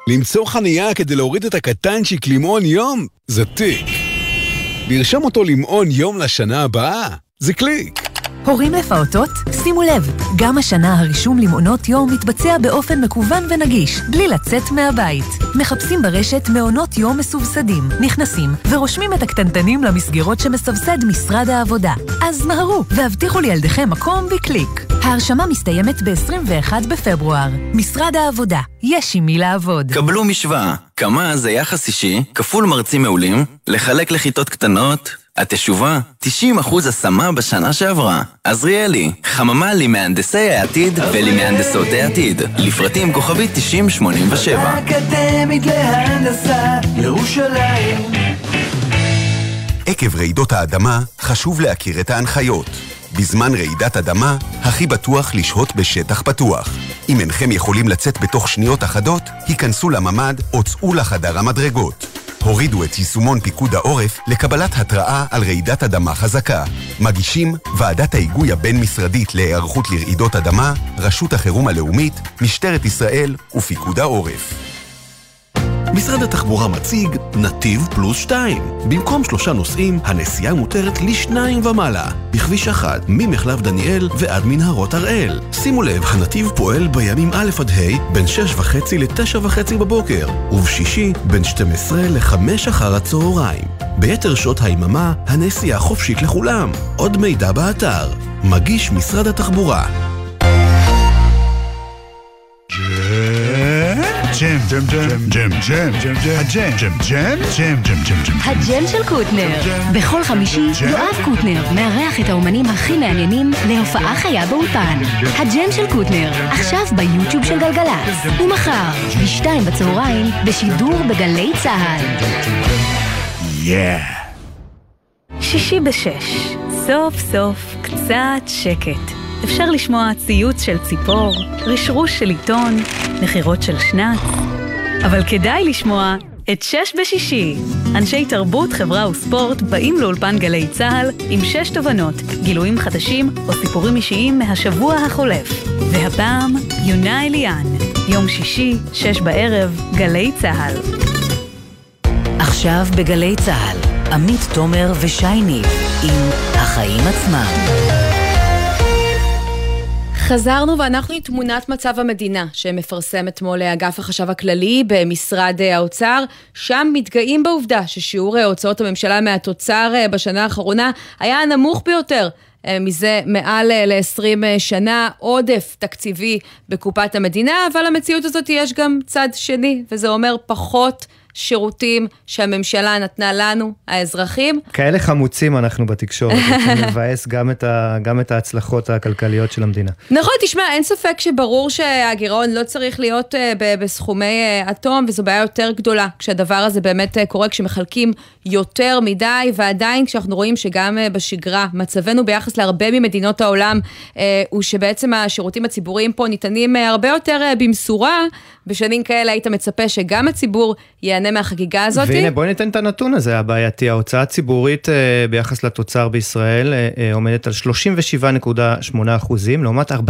למצוא חנייה כדי להוריד את הקטנצ'יק למעון יום? זה טיק. לרשום אותו למעון יום לשנה הבאה? זה קליק. הורים לפעוטות? שימו לב, גם השנה הרישום למעונות יום מתבצע באופן מקוון ונגיש, בלי לצאת מהבית. מחפשים ברשת מעונות יום מסובסדים, נכנסים ורושמים את הקטנטנים למסגרות שמסבסד משרד העבודה. אז מהרו והבטיחו לילדיכם מקום בקליק. ההרשמה מסתיימת ב-21 בפברואר. משרד העבודה, יש עם מי לעבוד. קבלו משוואה, כמה זה יחס אישי, כפול מרצים מעולים, לחלק לכיתות קטנות, התשובה, 90% השמה בשנה שעברה. עזריאלי, חממה למהנדסי העתיד ולמהנדסות העתיד. לפרטים כוכבית 9087. האקדמית להנדסה, ירושלים. עקב רעידות האדמה, חשוב להכיר את ההנחיות. בזמן רעידת אדמה, הכי בטוח לשהות בשטח פתוח. אם אינכם יכולים לצאת בתוך שניות אחדות, היכנסו לממד או צאו לחדר המדרגות. הורידו את יישומון פיקוד העורף לקבלת התראה על רעידת אדמה חזקה. מגישים ועדת ההיגוי הבין-משרדית להיערכות לרעידות אדמה, רשות החירום הלאומית, משטרת ישראל ופיקוד העורף. משרד התחבורה מציג נתיב פלוס 2. במקום 3 נוסעים, הנסיעה מותרת ל2 ומעלה. בכביש 1, ממחלף דניאל ועד מנהרות הראל. שימו לב, הנתיב פועל בימים א' עד ה' בין 6:30 ל-9:30 בבוקר, ובשישי בין 12 ל-5 אחר הצהריים. ביתר שעות היממה, הנסיעה חופשית לכולם. עוד מידע באתר. מגיש משרד התחבורה. ג'ם, ג'ם, ג'ם, ג'ם, ג'ם, הג'ם, ג'ם, ג'ם, ג'ם, ג'ם, ג'ם, ג'ם. הג'ם של קוטנר. בכל חמישי יואב קוטנר מארח את האומנים הכי מעניינים להופעה חיה באולפן. הג'ם של קוטנר, עכשיו ביוטיוב של גלגלצ. ומחר, ב2 בצהריים, בשידור בגלי צהל. שישי ב6, סוף סוף קצת שקט. אפשר לשמוע ציוץ של ציפור, רשרוש של עיתון, נחירות של שנץ. אבל כדאי לשמוע את 6 בשישי. אנשי תרבות, חברה וספורט באים לאולפן גלי צהל עם 6 תובנות, גילויים חדשים או סיפורים אישיים מהשבוע החולף. והפעם, יונה אליאן. יום שישי, 6 בערב, גלי צהל. עכשיו בגלי צהל, עמית תומר ושי ניב עם החיים עצמם. חזרנו ואנחנו עם תמונת מצב המדינה שמפרסם אתמול אגף החשב הכללי במשרד האוצר. שם מתגאים בעובדה ששיעור הוצאות הממשלה מהתוצר בשנה האחרונה היה הנמוך ביותר מזה מעל ל-20 שנה, עודף תקציבי בקופת המדינה, אבל המציאות הזאת יש גם צד שני, וזה אומר פחות שירותים שהממשלה נתנה לנו, האזרחים. כאלה חמוצים אנחנו בתקשורת, מבאס גם את ההצלחות הכלכליות של המדינה. נכון, תשמע, אין ספק שברור שהגירעון לא צריך להיות בסכומי אטום, וזו בעיה יותר גדולה, כשהדבר הזה באמת קורה, כשמחלקים יותר מדי, ועדיין כשאנחנו רואים שגם בשגרה, מצבנו ביחס להרבה ממדינות העולם, הוא שבעצם השירותים הציבוריים פה ניתנים הרבה יותר במשורה. בשנים כאלה היית מצפה שגם הציבור יענה מהחגיגה הזאת. והנה, בואי ניתן את הנתון הזה, הבעייתי. ההוצאה הציבורית ביחס לתוצר בישראל עומדת על 37.8%, לעומת 42.6%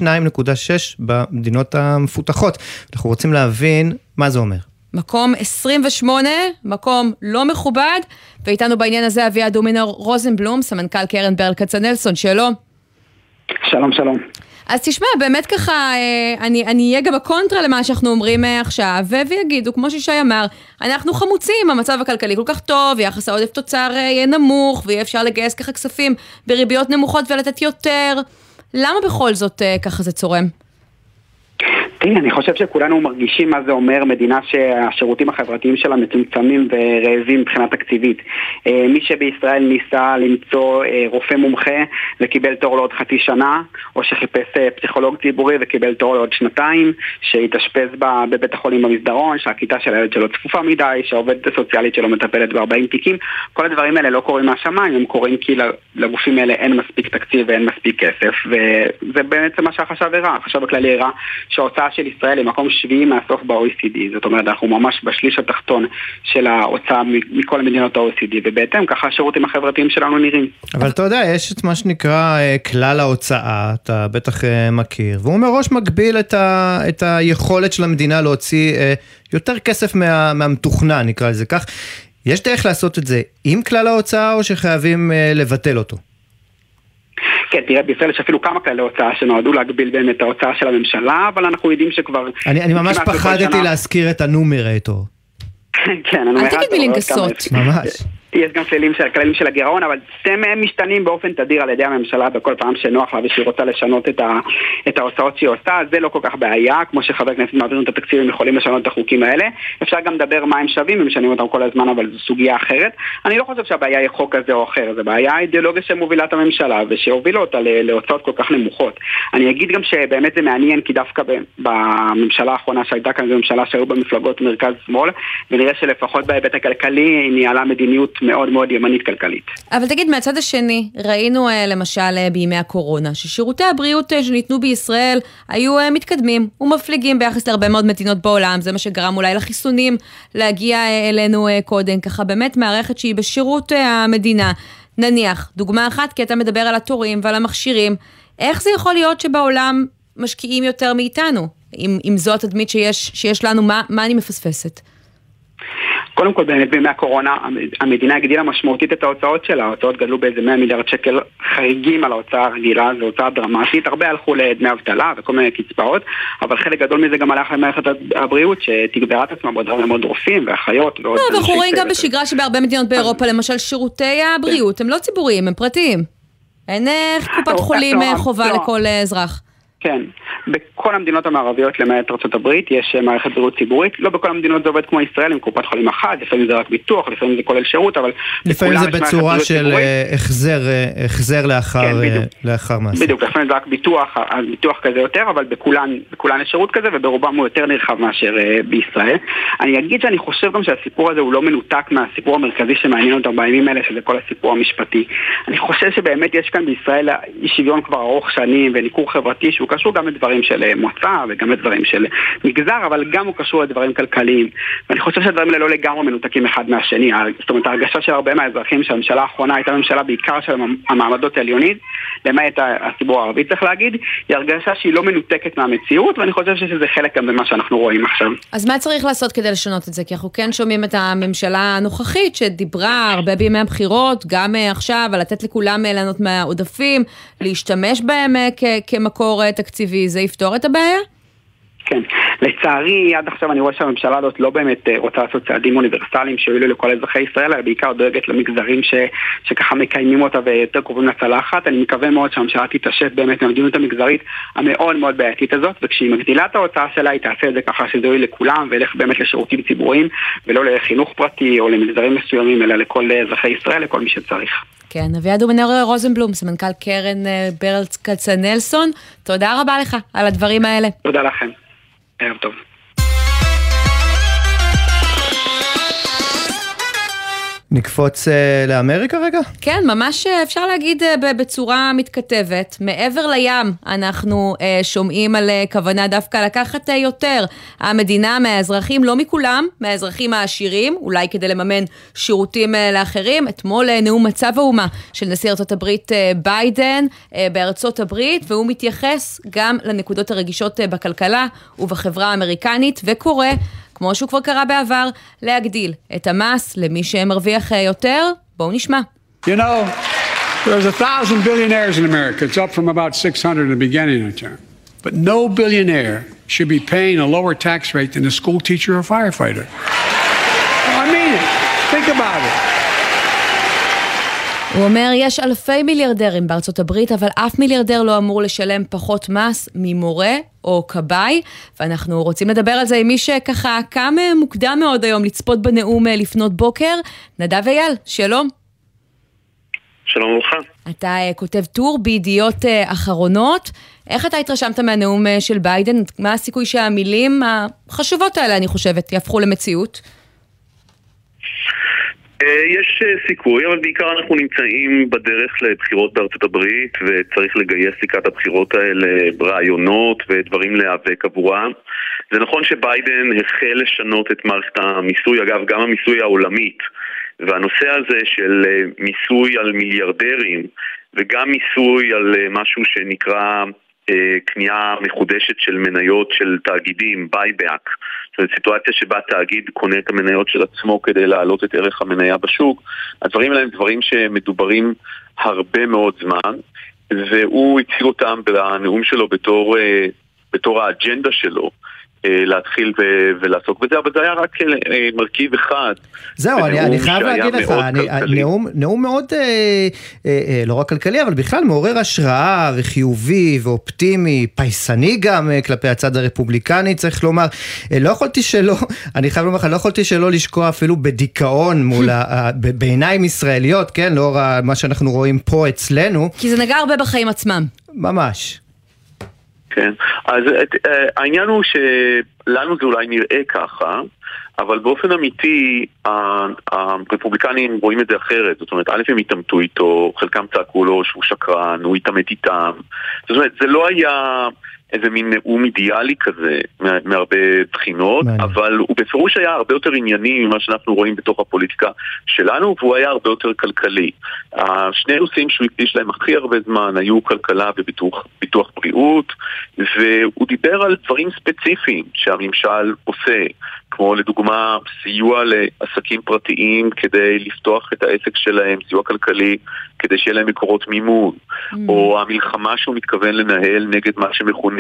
במדינות המפותחות. אנחנו רוצים להבין מה זה אומר. מקום 28, מקום לא מכובד, ואיתנו בעניין הזה אביה דומינור רוזנבלום, סמנכ"ל קרן ברל כצנלסון, שלום. שלום, שלום. אז תשמע, באמת ככה, אני אהיה גם בקונטרה למה שאנחנו אומרים עכשיו, ויגידו, כמו שישי אמר, אנחנו חמוצים, המצב הכלכלי כל כך טוב, יחס העודף תוצר יהיה נמוך, ויהיה אפשר לגייס ככה כספים בריביות נמוכות ולתת יותר. למה בכל זאת ככה זה צורם? אני חושב שכולנו מרגישים מה זה אומר מדינה שהשירותים החברתיים שלה מצומצמים ורעבים מבחינה תקציבית. מי שבישראל ניסה למצוא רופא מומחה וקיבל תור לעוד חצי שנה, או שחיפש פסיכולוג ציבורי וקיבל תור לעוד 2 שהתאשפז בבית החולים במסדרון, שהכיתה של הילד שלו צפופה מדי, שהעובדת הסוציאלית שלו מטפלת ב40 תיקים. כל הדברים האלה לא קורים מהשמיים, הם קורים כי לגופים האלה אין מספיק תקציב ואין מספיק כסף, וזה בעצם מה שהחשב הראה. החשב הכללי הראה שההוצאה של ישראל היא מקום שביעי מהסוף ב-OECD, זאת אומרת אנחנו ממש בשליש התחתון של ההוצאה מכל מדינות ה-OECD, ובהתאם ככה השירותים החברתיים שלנו נראים. אבל אתה יודע, יש את מה שנקרא כלל ההוצאה, אתה בטח מכיר, והוא מראש מגביל את היכולת של המדינה להוציא יותר כסף מהמתוכנן, נקרא לזה כך. יש דרך לעשות את זה עם כלל ההוצאה או שחייבים לבטל אותו? כן, תראה, בישראל יש אפילו כמה כללי הוצאה שנועדו להגביל באמת ההוצאה של הממשלה, אבל אנחנו יודעים שכבר... אני ממש פחדתי להזכיר את הנומרטור. כן, אל תגיד מילים גסות. ממש. יש גם כללים של הגירעון, אבל הם משתנים באופן תדיר על ידי הממשלה בכל פעם שנוח לה ושהיא רוצה לשנות את ההוצאות שהיא עושה. זה לא כל כך בעיה, כמו שחבר הכנסת מעבירים את התקציב, הם יכולים לשנות את החוקים האלה. אפשר גם לדבר מה הם שווים, הם משנים אותם כל הזמן, אבל זו סוגיה אחרת. אני לא חושב שהבעיה היא חוק כזה או אחר, זו בעיה אידיאולוגיה שמובילה את הממשלה ושהובילה אותה להוצאות כל כך נמוכות. אני אגיד גם שבאמת זה מעניין, כי דווקא בממשלה האחרונה שהייתה כאן, זו ממשלה שהיו במפלגות מרכז שמאל, ונראה שלפחות בהיבט הכלכלי היא ניהלה מדיניות מאוד מאוד ימנית כלכלית. אבל תגיד, מהצד השני, ראינו למשל בימי הקורונה, ששירותי הבריאות שניתנו בישראל היו מתקדמים ומפליגים ביחס להרבה מאוד מדינות בעולם, זה מה שגרם אולי לחיסונים להגיע אלינו קודם, ככה באמת מערכת שהיא בשירות המדינה. נניח, דוגמה אחת, כי אתה מדבר על התורים ועל המכשירים, איך זה יכול להיות שבעולם משקיעים יותר מאיתנו? אם זו התדמית שיש לנו, מה אני מפספסת? קודם כל, באמת בימי הקורונה, המדינה הגדילה משמעותית את ההוצאות שלה. ההוצאות גדלו באיזה 100 מיליארד שקל חריגים על ההוצאה הרגילה, זו הוצאה דרמטית. הרבה הלכו לדמי אבטלה וכל מיני קצבאות, אבל חלק גדול מזה גם הלך למערכת הבריאות, שתגברה את עצמה בהרבה מאוד רופאים ואחיות. לא, אנחנו רואים גם בשגרה שבהרבה מדינות באירופה, למשל שירותי הבריאות, הם לא ציבוריים, הם פרטיים. אין קופת חולים חובה לכל אזרח. כן, בכל המדינות המערביות למעט ארצות הברית יש מערכת בריאות ציבורית, לא בכל המדינות זה עובד כמו ישראל עם קופת חולים אחת, לפעמים זה רק ביטוח, לפעמים זה כולל שירות, אבל לפעמים זה בצורה של החזר לאחר מעשה. בדיוק, לפעמים זה רק ביטוח כזה יותר, אבל בכולן יש שירות כזה, וברובם הוא יותר נרחב מאשר בישראל. אני אגיד שאני חושב גם שהסיפור הזה הוא לא מנותק מהסיפור המרכזי שמעניין אותם בימים האלה, שזה כל הסיפור המשפטי. אני חושב שבאמת יש כאן בישראל אי שוויון כבר ארוך שנים וניכור חברתי שהוא קשור גם לדברים של מוצא וגם לדברים של מגזר, אבל גם הוא קשור לדברים כלכליים. ואני חושב שהדברים האלה לא לגמרי מנותקים אחד מהשני. זאת אומרת, ההרגשה של הרבה מהאזרחים שהממשלה האחרונה הייתה ממשלה בעיקר של המעמדות העליונית, למעט הציבור הערבי צריך להגיד, היא הרגשה שהיא לא מנותקת מהמציאות, ואני חושב שזה חלק גם במה שאנחנו רואים עכשיו. אז מה צריך לעשות כדי לשנות את זה? כי אנחנו כן שומעים את הממשלה הנוכחית שדיברה הרבה בימי הבחירות, גם עכשיו, על לתת לכולם ליהנות מהעודפים, להשתמש בהם כמקור תקציבי, זה יפתור את הבעיה? כן, לצערי עד עכשיו אני רואה שהממשלה הזאת לא באמת רוצה לעשות צעדים אוניברסליים שיועילו לכל אזרחי ישראל, אלא בעיקר דואגת למגזרים שככה מקיימים אותה ויותר קרובים לצלחת. אני מקווה מאוד שהממשלה תתעשת באמת מהמדיניות המגזרית המאוד מאוד בעייתית הזאת, וכשהיא מגדילה את ההוצאה שלה היא תעשה את זה ככה שזה יועיל לכולם וילך באמת לשירותים ציבוריים ולא לחינוך פרטי או למגזרים מסוימים, אלא לכל אזרחי ישראל, לכל מי שצריך. כן, אביעד אומנר רוזנבלום, סמנכ"ל קרן ברל כצנלסון, תודה רבה לך על הדברים האלה. תודה לכם. ערב טוב. נקפוץ לאמריקה רגע? כן, ממש אפשר להגיד בצורה מתכתבת. מעבר לים אנחנו שומעים על כוונה דווקא לקחת יותר המדינה מהאזרחים, לא מכולם, מהאזרחים העשירים, אולי כדי לממן שירותים לאחרים. אתמול נאום מצב האומה של נשיא ארצות הברית ביידן בארצות הברית, והוא מתייחס גם לנקודות הרגישות בכלכלה ובחברה האמריקנית, וקורא כמו שהוא כבר קרה בעבר, להגדיל את המס למי שמרוויח יותר. בואו נשמע. You know, there's 1,000 billionaires in America. It's up from about 600 in the beginning of time. But no billionaire should be paying a lower tax rate than a school teacher or firefighter. I mean it. Think about it. הוא אומר, יש אלפי מיליארדרים בארצות הברית, אבל אף מיליארדר לא אמור לשלם פחות מס ממורה או קבאי, ואנחנו רוצים לדבר על זה עם מי שככה קם מוקדם מאוד היום לצפות בנאום לפנות בוקר. נדב אייל, שלום. שלום וברכה. אתה כותב טור בידיעות אחרונות. איך אתה התרשמת מהנאום של ביידן? מה הסיכוי שהמילים החשובות האלה, אני חושבת, יהפכו למציאות? יש סיכוי, אבל בעיקר אנחנו נמצאים בדרך לבחירות בארצות הברית, וצריך לגייס לקראת הבחירות האלה רעיונות ודברים להיאבק עבורם. זה נכון שביידן החל לשנות את מערכת המיסוי, אגב גם המיסוי העולמית, והנושא הזה של מיסוי על מיליארדרים וגם מיסוי על משהו שנקרא קנייה מחודשת של מניות של תאגידים, בייבק, זאת סיטואציה שבה תאגיד קונה את המניות של עצמו כדי להעלות את ערך המניה בשוק. הדברים האלה הם דברים שמדוברים הרבה מאוד זמן, והוא הציג אותם בנאום שלו בתור האג'נדה שלו להתחיל ולעסוק בזה, אבל זה היה רק מרכיב אחד. זהו, אני חייב להגיד לך, נאום מאוד, לא רק כלכלי, אבל בכלל מעורר השראה וחיובי ואופטימי, פייסני גם כלפי הצד הרפובליקני, צריך לומר, אני חייב לומר לך, לא יכולתי שלא לשקוע אפילו בדיכאון מול, בעיניים ישראליות, כן, לאור מה שאנחנו רואים פה אצלנו. כי זה נגע הרבה בחיים עצמם. ממש. כן, אז העניין הוא שלנו זה אולי נראה ככה, אבל באופן אמיתי הרפובליקנים רואים את זה אחרת. זאת אומרת, א' הם התאמתו איתו, חלקם צעקו לו שהוא שקרן, הוא התאמת איתם. זאת אומרת, זה לא היה איזה מין נאום אידיאלי כזה מהרבה בחינות, אבל הוא בפירוש היה הרבה יותר ענייני ממה שאנחנו רואים בתוך הפוליטיקה שלנו, והוא היה הרבה יותר כלכלי. השני נושאים שהוא הקדיש להם הכי הרבה זמן היו כלכלה וביטוח בריאות, והוא דיבר על דברים ספציפיים שהממשל עושה, כמו לדוגמה סיוע לעסקים פרטיים כדי לפתוח את העסק שלהם, סיוע כלכלי כדי שיהיה להם מקורות מימון, או המלחמה שהוא מתכוון לנהל נגד מה שמכונה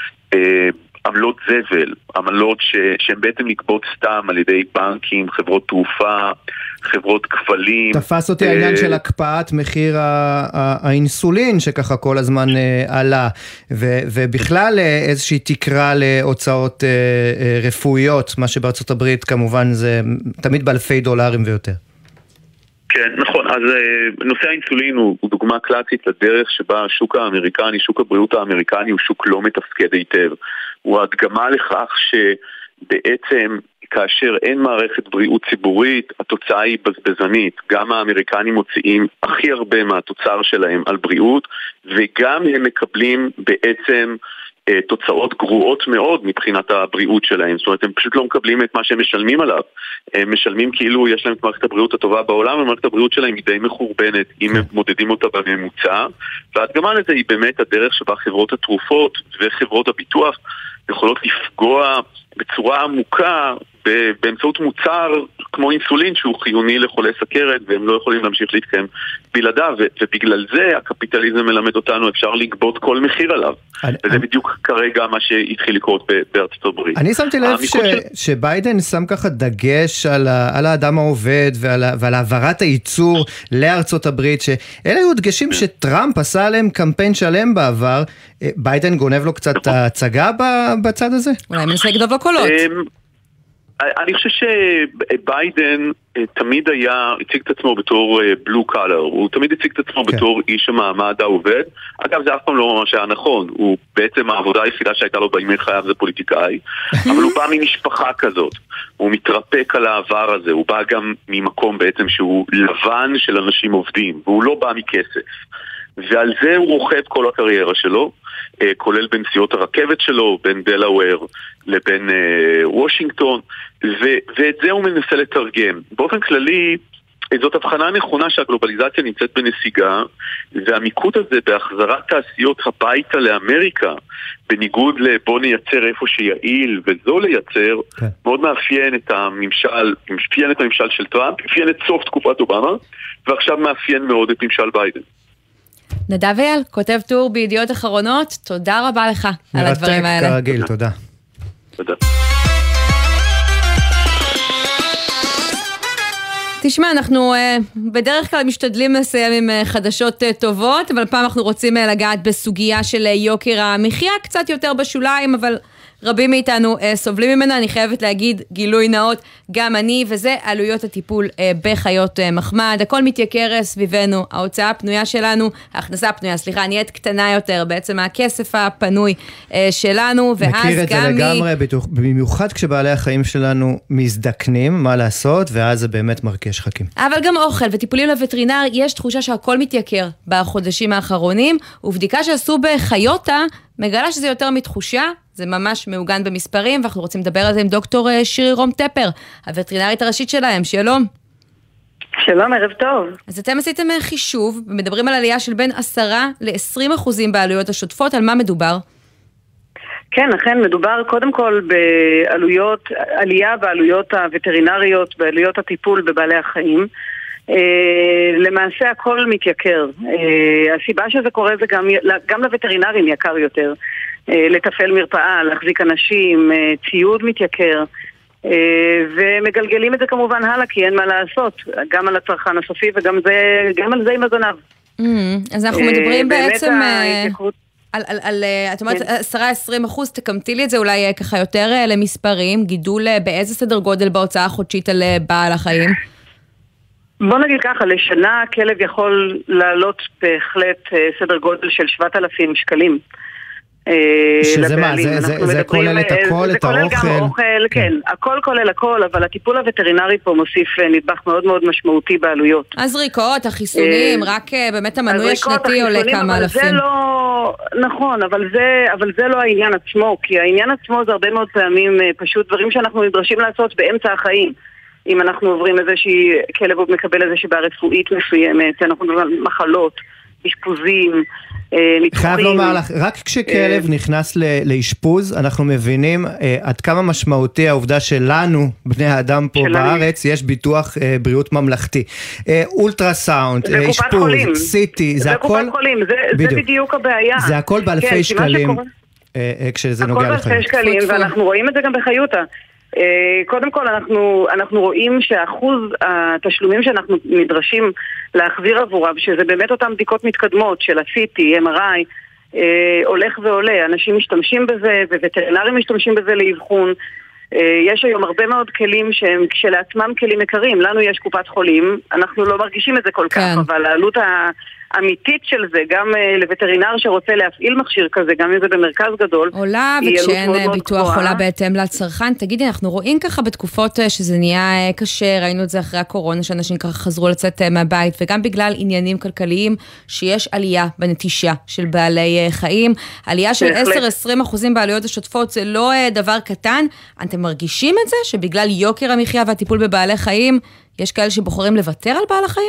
עמלות זבל, עמלות שהן בעצם נקבות סתם על ידי בנקים, חברות תעופה, חברות כבלים. תפס אותי העניין של הקפאת מחיר האינסולין שככה כל הזמן עלה, ובכלל איזושהי תקרה להוצאות רפואיות, מה שבארצות הברית כמובן זה תמיד באלפי דולרים ויותר. כן, נכון. אז נושא האינסולין הוא דוגמה קלאסית לדרך שבה השוק האמריקני, שוק הבריאות האמריקני הוא שוק לא מתפקד היטב. הוא הדגמה לכך שבעצם כאשר אין מערכת בריאות ציבורית, התוצאה היא בזבזנית. גם האמריקנים מוציאים הכי הרבה מהתוצר שלהם על בריאות, וגם הם מקבלים בעצם תוצאות גרועות מאוד מבחינת הבריאות שלהם. זאת אומרת, הם פשוט לא מקבלים את מה שהם משלמים עליו. הם משלמים כאילו יש להם את מערכת הבריאות הטובה בעולם, ומערכת הבריאות שלהם היא די מחורבנת, אם הם מודדים אותה בממוצע. וההדגמה לזה היא באמת הדרך שבה חברות התרופות וחברות הביטוח יכולות לפגוע בצורה עמוקה באמצעות מוצר כמו אינסולין שהוא חיוני לחולי סכרת, והם לא יכולים להמשיך להתקיים בלעדיו, ובגלל זה הקפיטליזם מלמד אותנו אפשר לגבות כל מחיר עליו. וזה בדיוק כרגע מה שהתחיל לקרות בארצות הברית. אני שמתי לב שביידן שם ככה דגש על האדם העובד ועל העברת הייצור לארצות הברית, שאלה היו דגשים שטראמפ עשה עליהם קמפיין שלם בעבר. ביידן גונב לו קצת הצגה בצד הזה? אולי מנסה לגנוב לו קולות. אני חושב שביידן תמיד הציג את עצמו בתור בלו קולר, הוא תמיד הציג את עצמו בתור איש המעמד העובד. אגב, זה אף פעם לא ממש היה נכון, הוא בעצם העבודה היחידה שהייתה לו בימי חייו זה פוליטיקאי, אבל הוא בא ממשפחה כזאת, הוא מתרפק על העבר הזה, הוא בא גם ממקום בעצם שהוא לבן של אנשים עובדים, והוא לא בא מכסף, ועל זה הוא רוכב כל הקריירה שלו, כולל בנסיעות הרכבת שלו, בין דלאוור לבין וושינגטון, ואת זה הוא מנסה לתרגם. באופן כללי, זאת הבחנה נכונה שהגלובליזציה נמצאת בנסיגה, והמיקוד הזה בהחזרת תעשיות הביתה לאמריקה, בניגוד לבוא נייצר איפה שיעיל וזו לייצר, מאוד מאפיין את הממשל של טראמפ, מאפיין את סוף תקופת אובמה, ועכשיו מאפיין מאוד את ממשל ביידן. נדב אייל, כותב טור בידיעות אחרונות, תודה רבה לך על הדברים האלה. מרתק כרגיל, תודה. תודה. תשמע, אנחנו בדרך כלל משתדלים לסיים עם חדשות טובות, אבל פעם אנחנו רוצים לגעת בסוגיה של יוקר המחיה, קצת יותר בשוליים, אבל רבים מאיתנו סובלים ממנה, אני חייבת להגיד גילוי נאות, גם אני, וזה עלויות הטיפול בחיות מחמד, הכל מתייקר סביבנו, ההוצאה הפנויה שלנו, ההכנסה הפנויה, סליחה, נהיית קטנה יותר, בעצם הכסף הפנוי שלנו, ואז גם מכיר את זה לגמרי, במיוחד כשבעלי החיים שלנו מזדקנים, מה לעשות, ואז זה באמת מרקיע שחקים. אבל גם אוכל וטיפולים לווטרינר, יש תחושה שהכל מתייקר בחודשים האחרונים, ובדיקה שעשו בחיוטה, מגלה שזה יותר מתחושה, זה ממש מעוגן במספרים, ואנחנו רוצים לדבר על זה עם דוקטור שירי רום טפר, הווטרינרית הראשית שלהם. שלום. שלום, ערב טוב. אז אתם עשיתם חישוב, ומדברים על עלייה של בין 10% ל-20% בעלויות השוטפות, על מה מדובר? כן, אכן, מדובר קודם כל בעלויות, עלייה בעלויות הווטרינריות, בעלויות הטיפול בבעלי החיים. למעשה הכל מתייקר. הסיבה שזה קורה זה גם לווטרינרים יקר יותר. לתפעל מרפאה, להחזיק אנשים, ציוד מתייקר. ומגלגלים את זה כמובן הלאה, כי אין מה לעשות, גם על הצרכן הסופי וגם על זה עם הזנב. אז אנחנו מדברים בעצם את אומרת 10-20%, תקמתי לי את זה אולי ככה יותר למספרים, גידול באיזה סדר גודל בהוצאה החודשית על בעל החיים? בוא נגיד ככה, לשנה כלב יכול לעלות בהחלט סדר גודל של 7,000 שקלים. שזה מה? זה כולל את הכל, את האוכל? זה כולל גם אוכל, כן. הכל כולל הכל, אבל הטיפול הווטרינרי פה מוסיף נדבך מאוד מאוד משמעותי בעלויות. הזריקות, החיסונים, רק באמת המנוי השנתי עולה כמה אלפים. נכון, אבל זה לא העניין עצמו, כי העניין עצמו זה הרבה מאוד פעמים פשוט דברים שאנחנו נדרשים לעשות באמצע החיים. אם אנחנו עוברים איזושהי, כלב מקבל איזושהי בעיה רפואית מסוימת, אנחנו מדברים על מחלות, אשפוזים, ניתוחים. חייב לומר לך, רק כשכלב נכנס לאשפוז, אנחנו מבינים עד כמה משמעותי העובדה שלנו, בני האדם פה בארץ, יש ביטוח בריאות ממלכתי. אולטרסאונד, אשפוז, סיטי, זה הכל... זה קופת חולים, זה בדיוק הבעיה. זה הכל באלפי שקלים, כשזה נוגע לחיים. הכל באלפי שקלים, ואנחנו רואים את זה גם בחיוטה. קודם כל אנחנו רואים שאחוז התשלומים שאנחנו נדרשים להחזיר עבורם, שזה באמת אותם בדיקות מתקדמות של ה-CT, MRI, הולך ועולה. אנשים משתמשים בזה ווטרינרים משתמשים בזה לאבחון. יש היום הרבה מאוד כלים שהם כשלעצמם כלים יקרים. לנו יש קופת חולים, אנחנו לא מרגישים את זה כל כך, אבל העלות האמיתית של זה, גם לווטרינר שרוצה להפעיל מכשיר כזה, גם אם זה במרכז גדול, עולה, וכשאין ביטוח עולה בהתאם לצרכן. תגידי, אנחנו רואים ככה בתקופות שזה נהיה קשה, ראינו את זה אחרי הקורונה, שאנשים ככה חזרו לצאת מהבית, וגם בגלל עניינים כלכליים, שיש עלייה בנטישה של בעלי חיים, עלייה של 10-20% בעלויות השוטפות, זה לא דבר קטן. אתם מרגישים את זה, שבגלל יוקר המחיה והטיפול בבעלי חיים, יש כאלה שבוחרים לוותר על בעל החיים?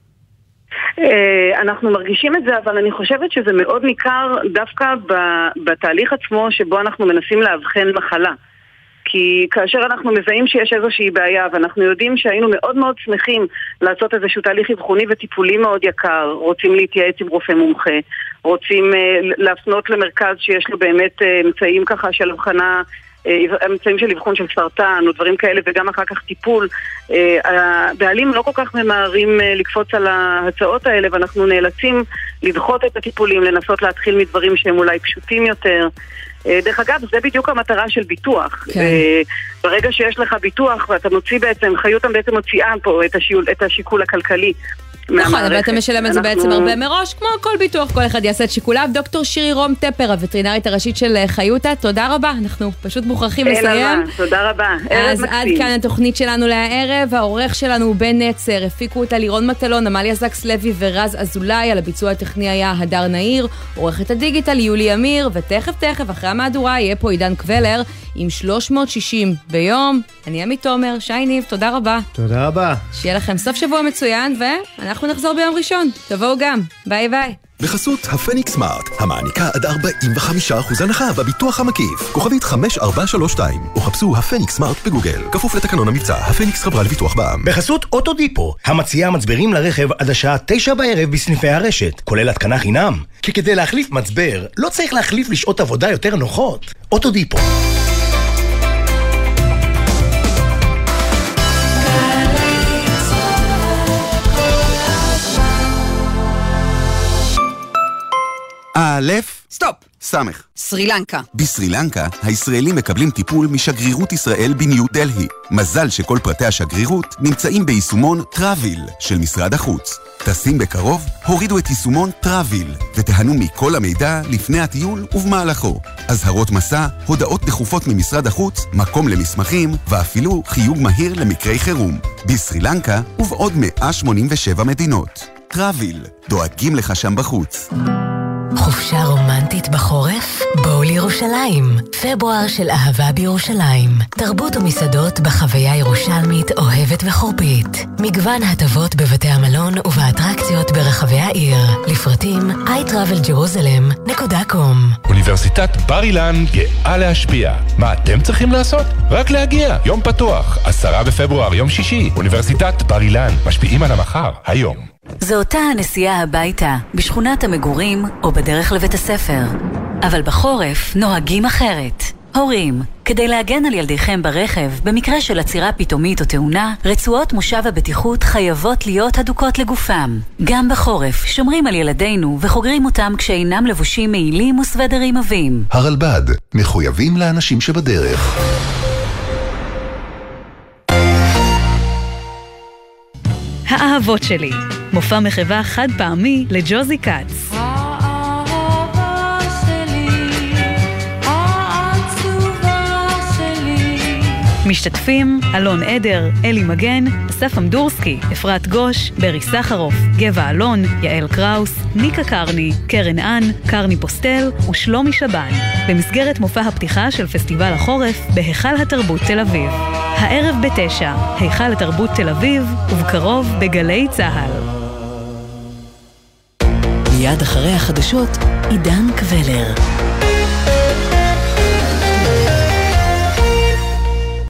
אנחנו מרגישים את זה, אבל אני חושבת שזה מאוד ניכר דווקא בתהליך עצמו שבו אנחנו מנסים להבחן מחלה. כי כאשר אנחנו מזהים שיש איזושהי בעיה, ואנחנו יודעים שהיינו מאוד מאוד שמחים לעשות איזשהו תהליך אבחוני וטיפולי מאוד יקר, רוצים להתייעץ עם רופא מומחה, רוצים להפנות למרכז שיש לו באמת אמצעים ככה של הבחנה, אמצעים של אבחון של סרטן או דברים כאלה, וגם אחר כך טיפול. הבעלים לא כל כך ממהרים לקפוץ על ההצעות האלה, ואנחנו נאלצים לדחות את הטיפולים, לנסות להתחיל מדברים שהם אולי פשוטים יותר. דרך אגב, זה בדיוק המטרה של ביטוח. כן. ברגע שיש לך ביטוח, ואתה מוציא בעצם, חיוטה בעצם מוציאה פה את השיקול הכלכלי. נכון, אבל אתה משלם את זה בעצם הרבה מראש, כמו כל ביטוח, כל אחד יעשה את שיקוליו. דוקטור שירי רום טפר, הווטרינרית הראשית של חיוטה, תודה רבה, אנחנו פשוט מוכרחים לסיים. תודה רבה, אז עד כאן התוכנית שלנו לערב, העורך שלנו הוא בן נצר, הפיקו אותה לירון מטלון, עמליה זקס לוי ורז אזולאי, על הביצוע הטכני היה הדר נאיר, עורכת הדיגיטל יולי אמיר, ותכף אחרי המהדורה יהיה פה עידן קבלר עם 360 ביום. אני עמית תומר, שי ניב, תודה רבה. תודה רבה. שיהיה לכם סוף שבוע מצוין, ואנחנו נחזור ביום ראשון. תבואו גם. ביי ביי. בחסות הפניקס סמארט, המעניקה עד 45% הנחה בביטוח המקיף. כוכבית 5432, או חפשו הפניקס סמארט בגוגל. כפוף לתקנון המבצע, הפניקס חברה לביטוח בע"מ. בחסות אוטודיפו, המציעה מצברים לרכב עד השעה 9 בערב בסניפי הרשת, כולל התקנה חינם. כי כדי להחליף מצבר, לא צריך להחליף לשעות עבודה יותר נוחות. אוטודיפו. א', סטופ, סמך. סרילנקה. בסרילנקה, הישראלים מקבלים טיפול משגרירות ישראל בניו דלהי. מזל שכל פרטי השגרירות נמצאים ביישומון טראביל של משרד החוץ. טסים בקרוב, הורידו את יישומון טראביל ותהנו מכל המידע לפני הטיול ובמהלכו. אזהרות מסע, הודעות דחופות ממשרד החוץ, מקום למסמכים ואפילו חיוג מהיר למקרי חירום. בסרילנקה ובעוד 187 מדינות. טראביל, דואגים לך שם בחוץ. חופשה רומנטית בחורף? בואו לירושלים. פברואר של אהבה בירושלים. תרבות ומסעדות בחוויה ירושלמית אוהבת וחורפית. מגוון הטבות בבתי המלון ובאטרקציות ברחבי העיר. לפרטים iTravelJerusalem.com. אוניברסיטת בר אילן גאה להשפיע. מה אתם צריכים לעשות? רק להגיע. יום פתוח, 10 בפברואר, יום שישי. אוניברסיטת בר אילן. משפיעים על המחר, היום. זו אותה הנסיעה הביתה, בשכונת המגורים או בדרך לבית הספר. אבל בחורף נוהגים אחרת. הורים, כדי להגן על ילדיכם ברכב, במקרה של עצירה פתאומית או תאונה, רצועות מושב הבטיחות חייבות להיות הדוקות לגופם. גם בחורף שומרים על ילדינו וחוגרים אותם כשאינם לבושים מעילים וסוודרים עבים. הרלב"ד, מחויבים לאנשים שבדרך. האהבות שלי, מופע מחווה חד פעמי לג'וזי קאץ. האהבה שלי, העצובה שלי. משתתפים אלון עדר, אלי מגן, אסף אמדורסקי, אפרת גוש, ברי סחרוף, גבע אלון, יעל קראוס, ניקה קרני, קרן אן, קרני פוסטל ושלומי שבן, במסגרת מופע הפתיחה של פסטיבל החורף בהיכל התרבות תל אביב. הערב ב9, היכל התרבות תל אביב, ובקרוב בגלי צהל. מיד אחרי החדשות, עידן קבלר.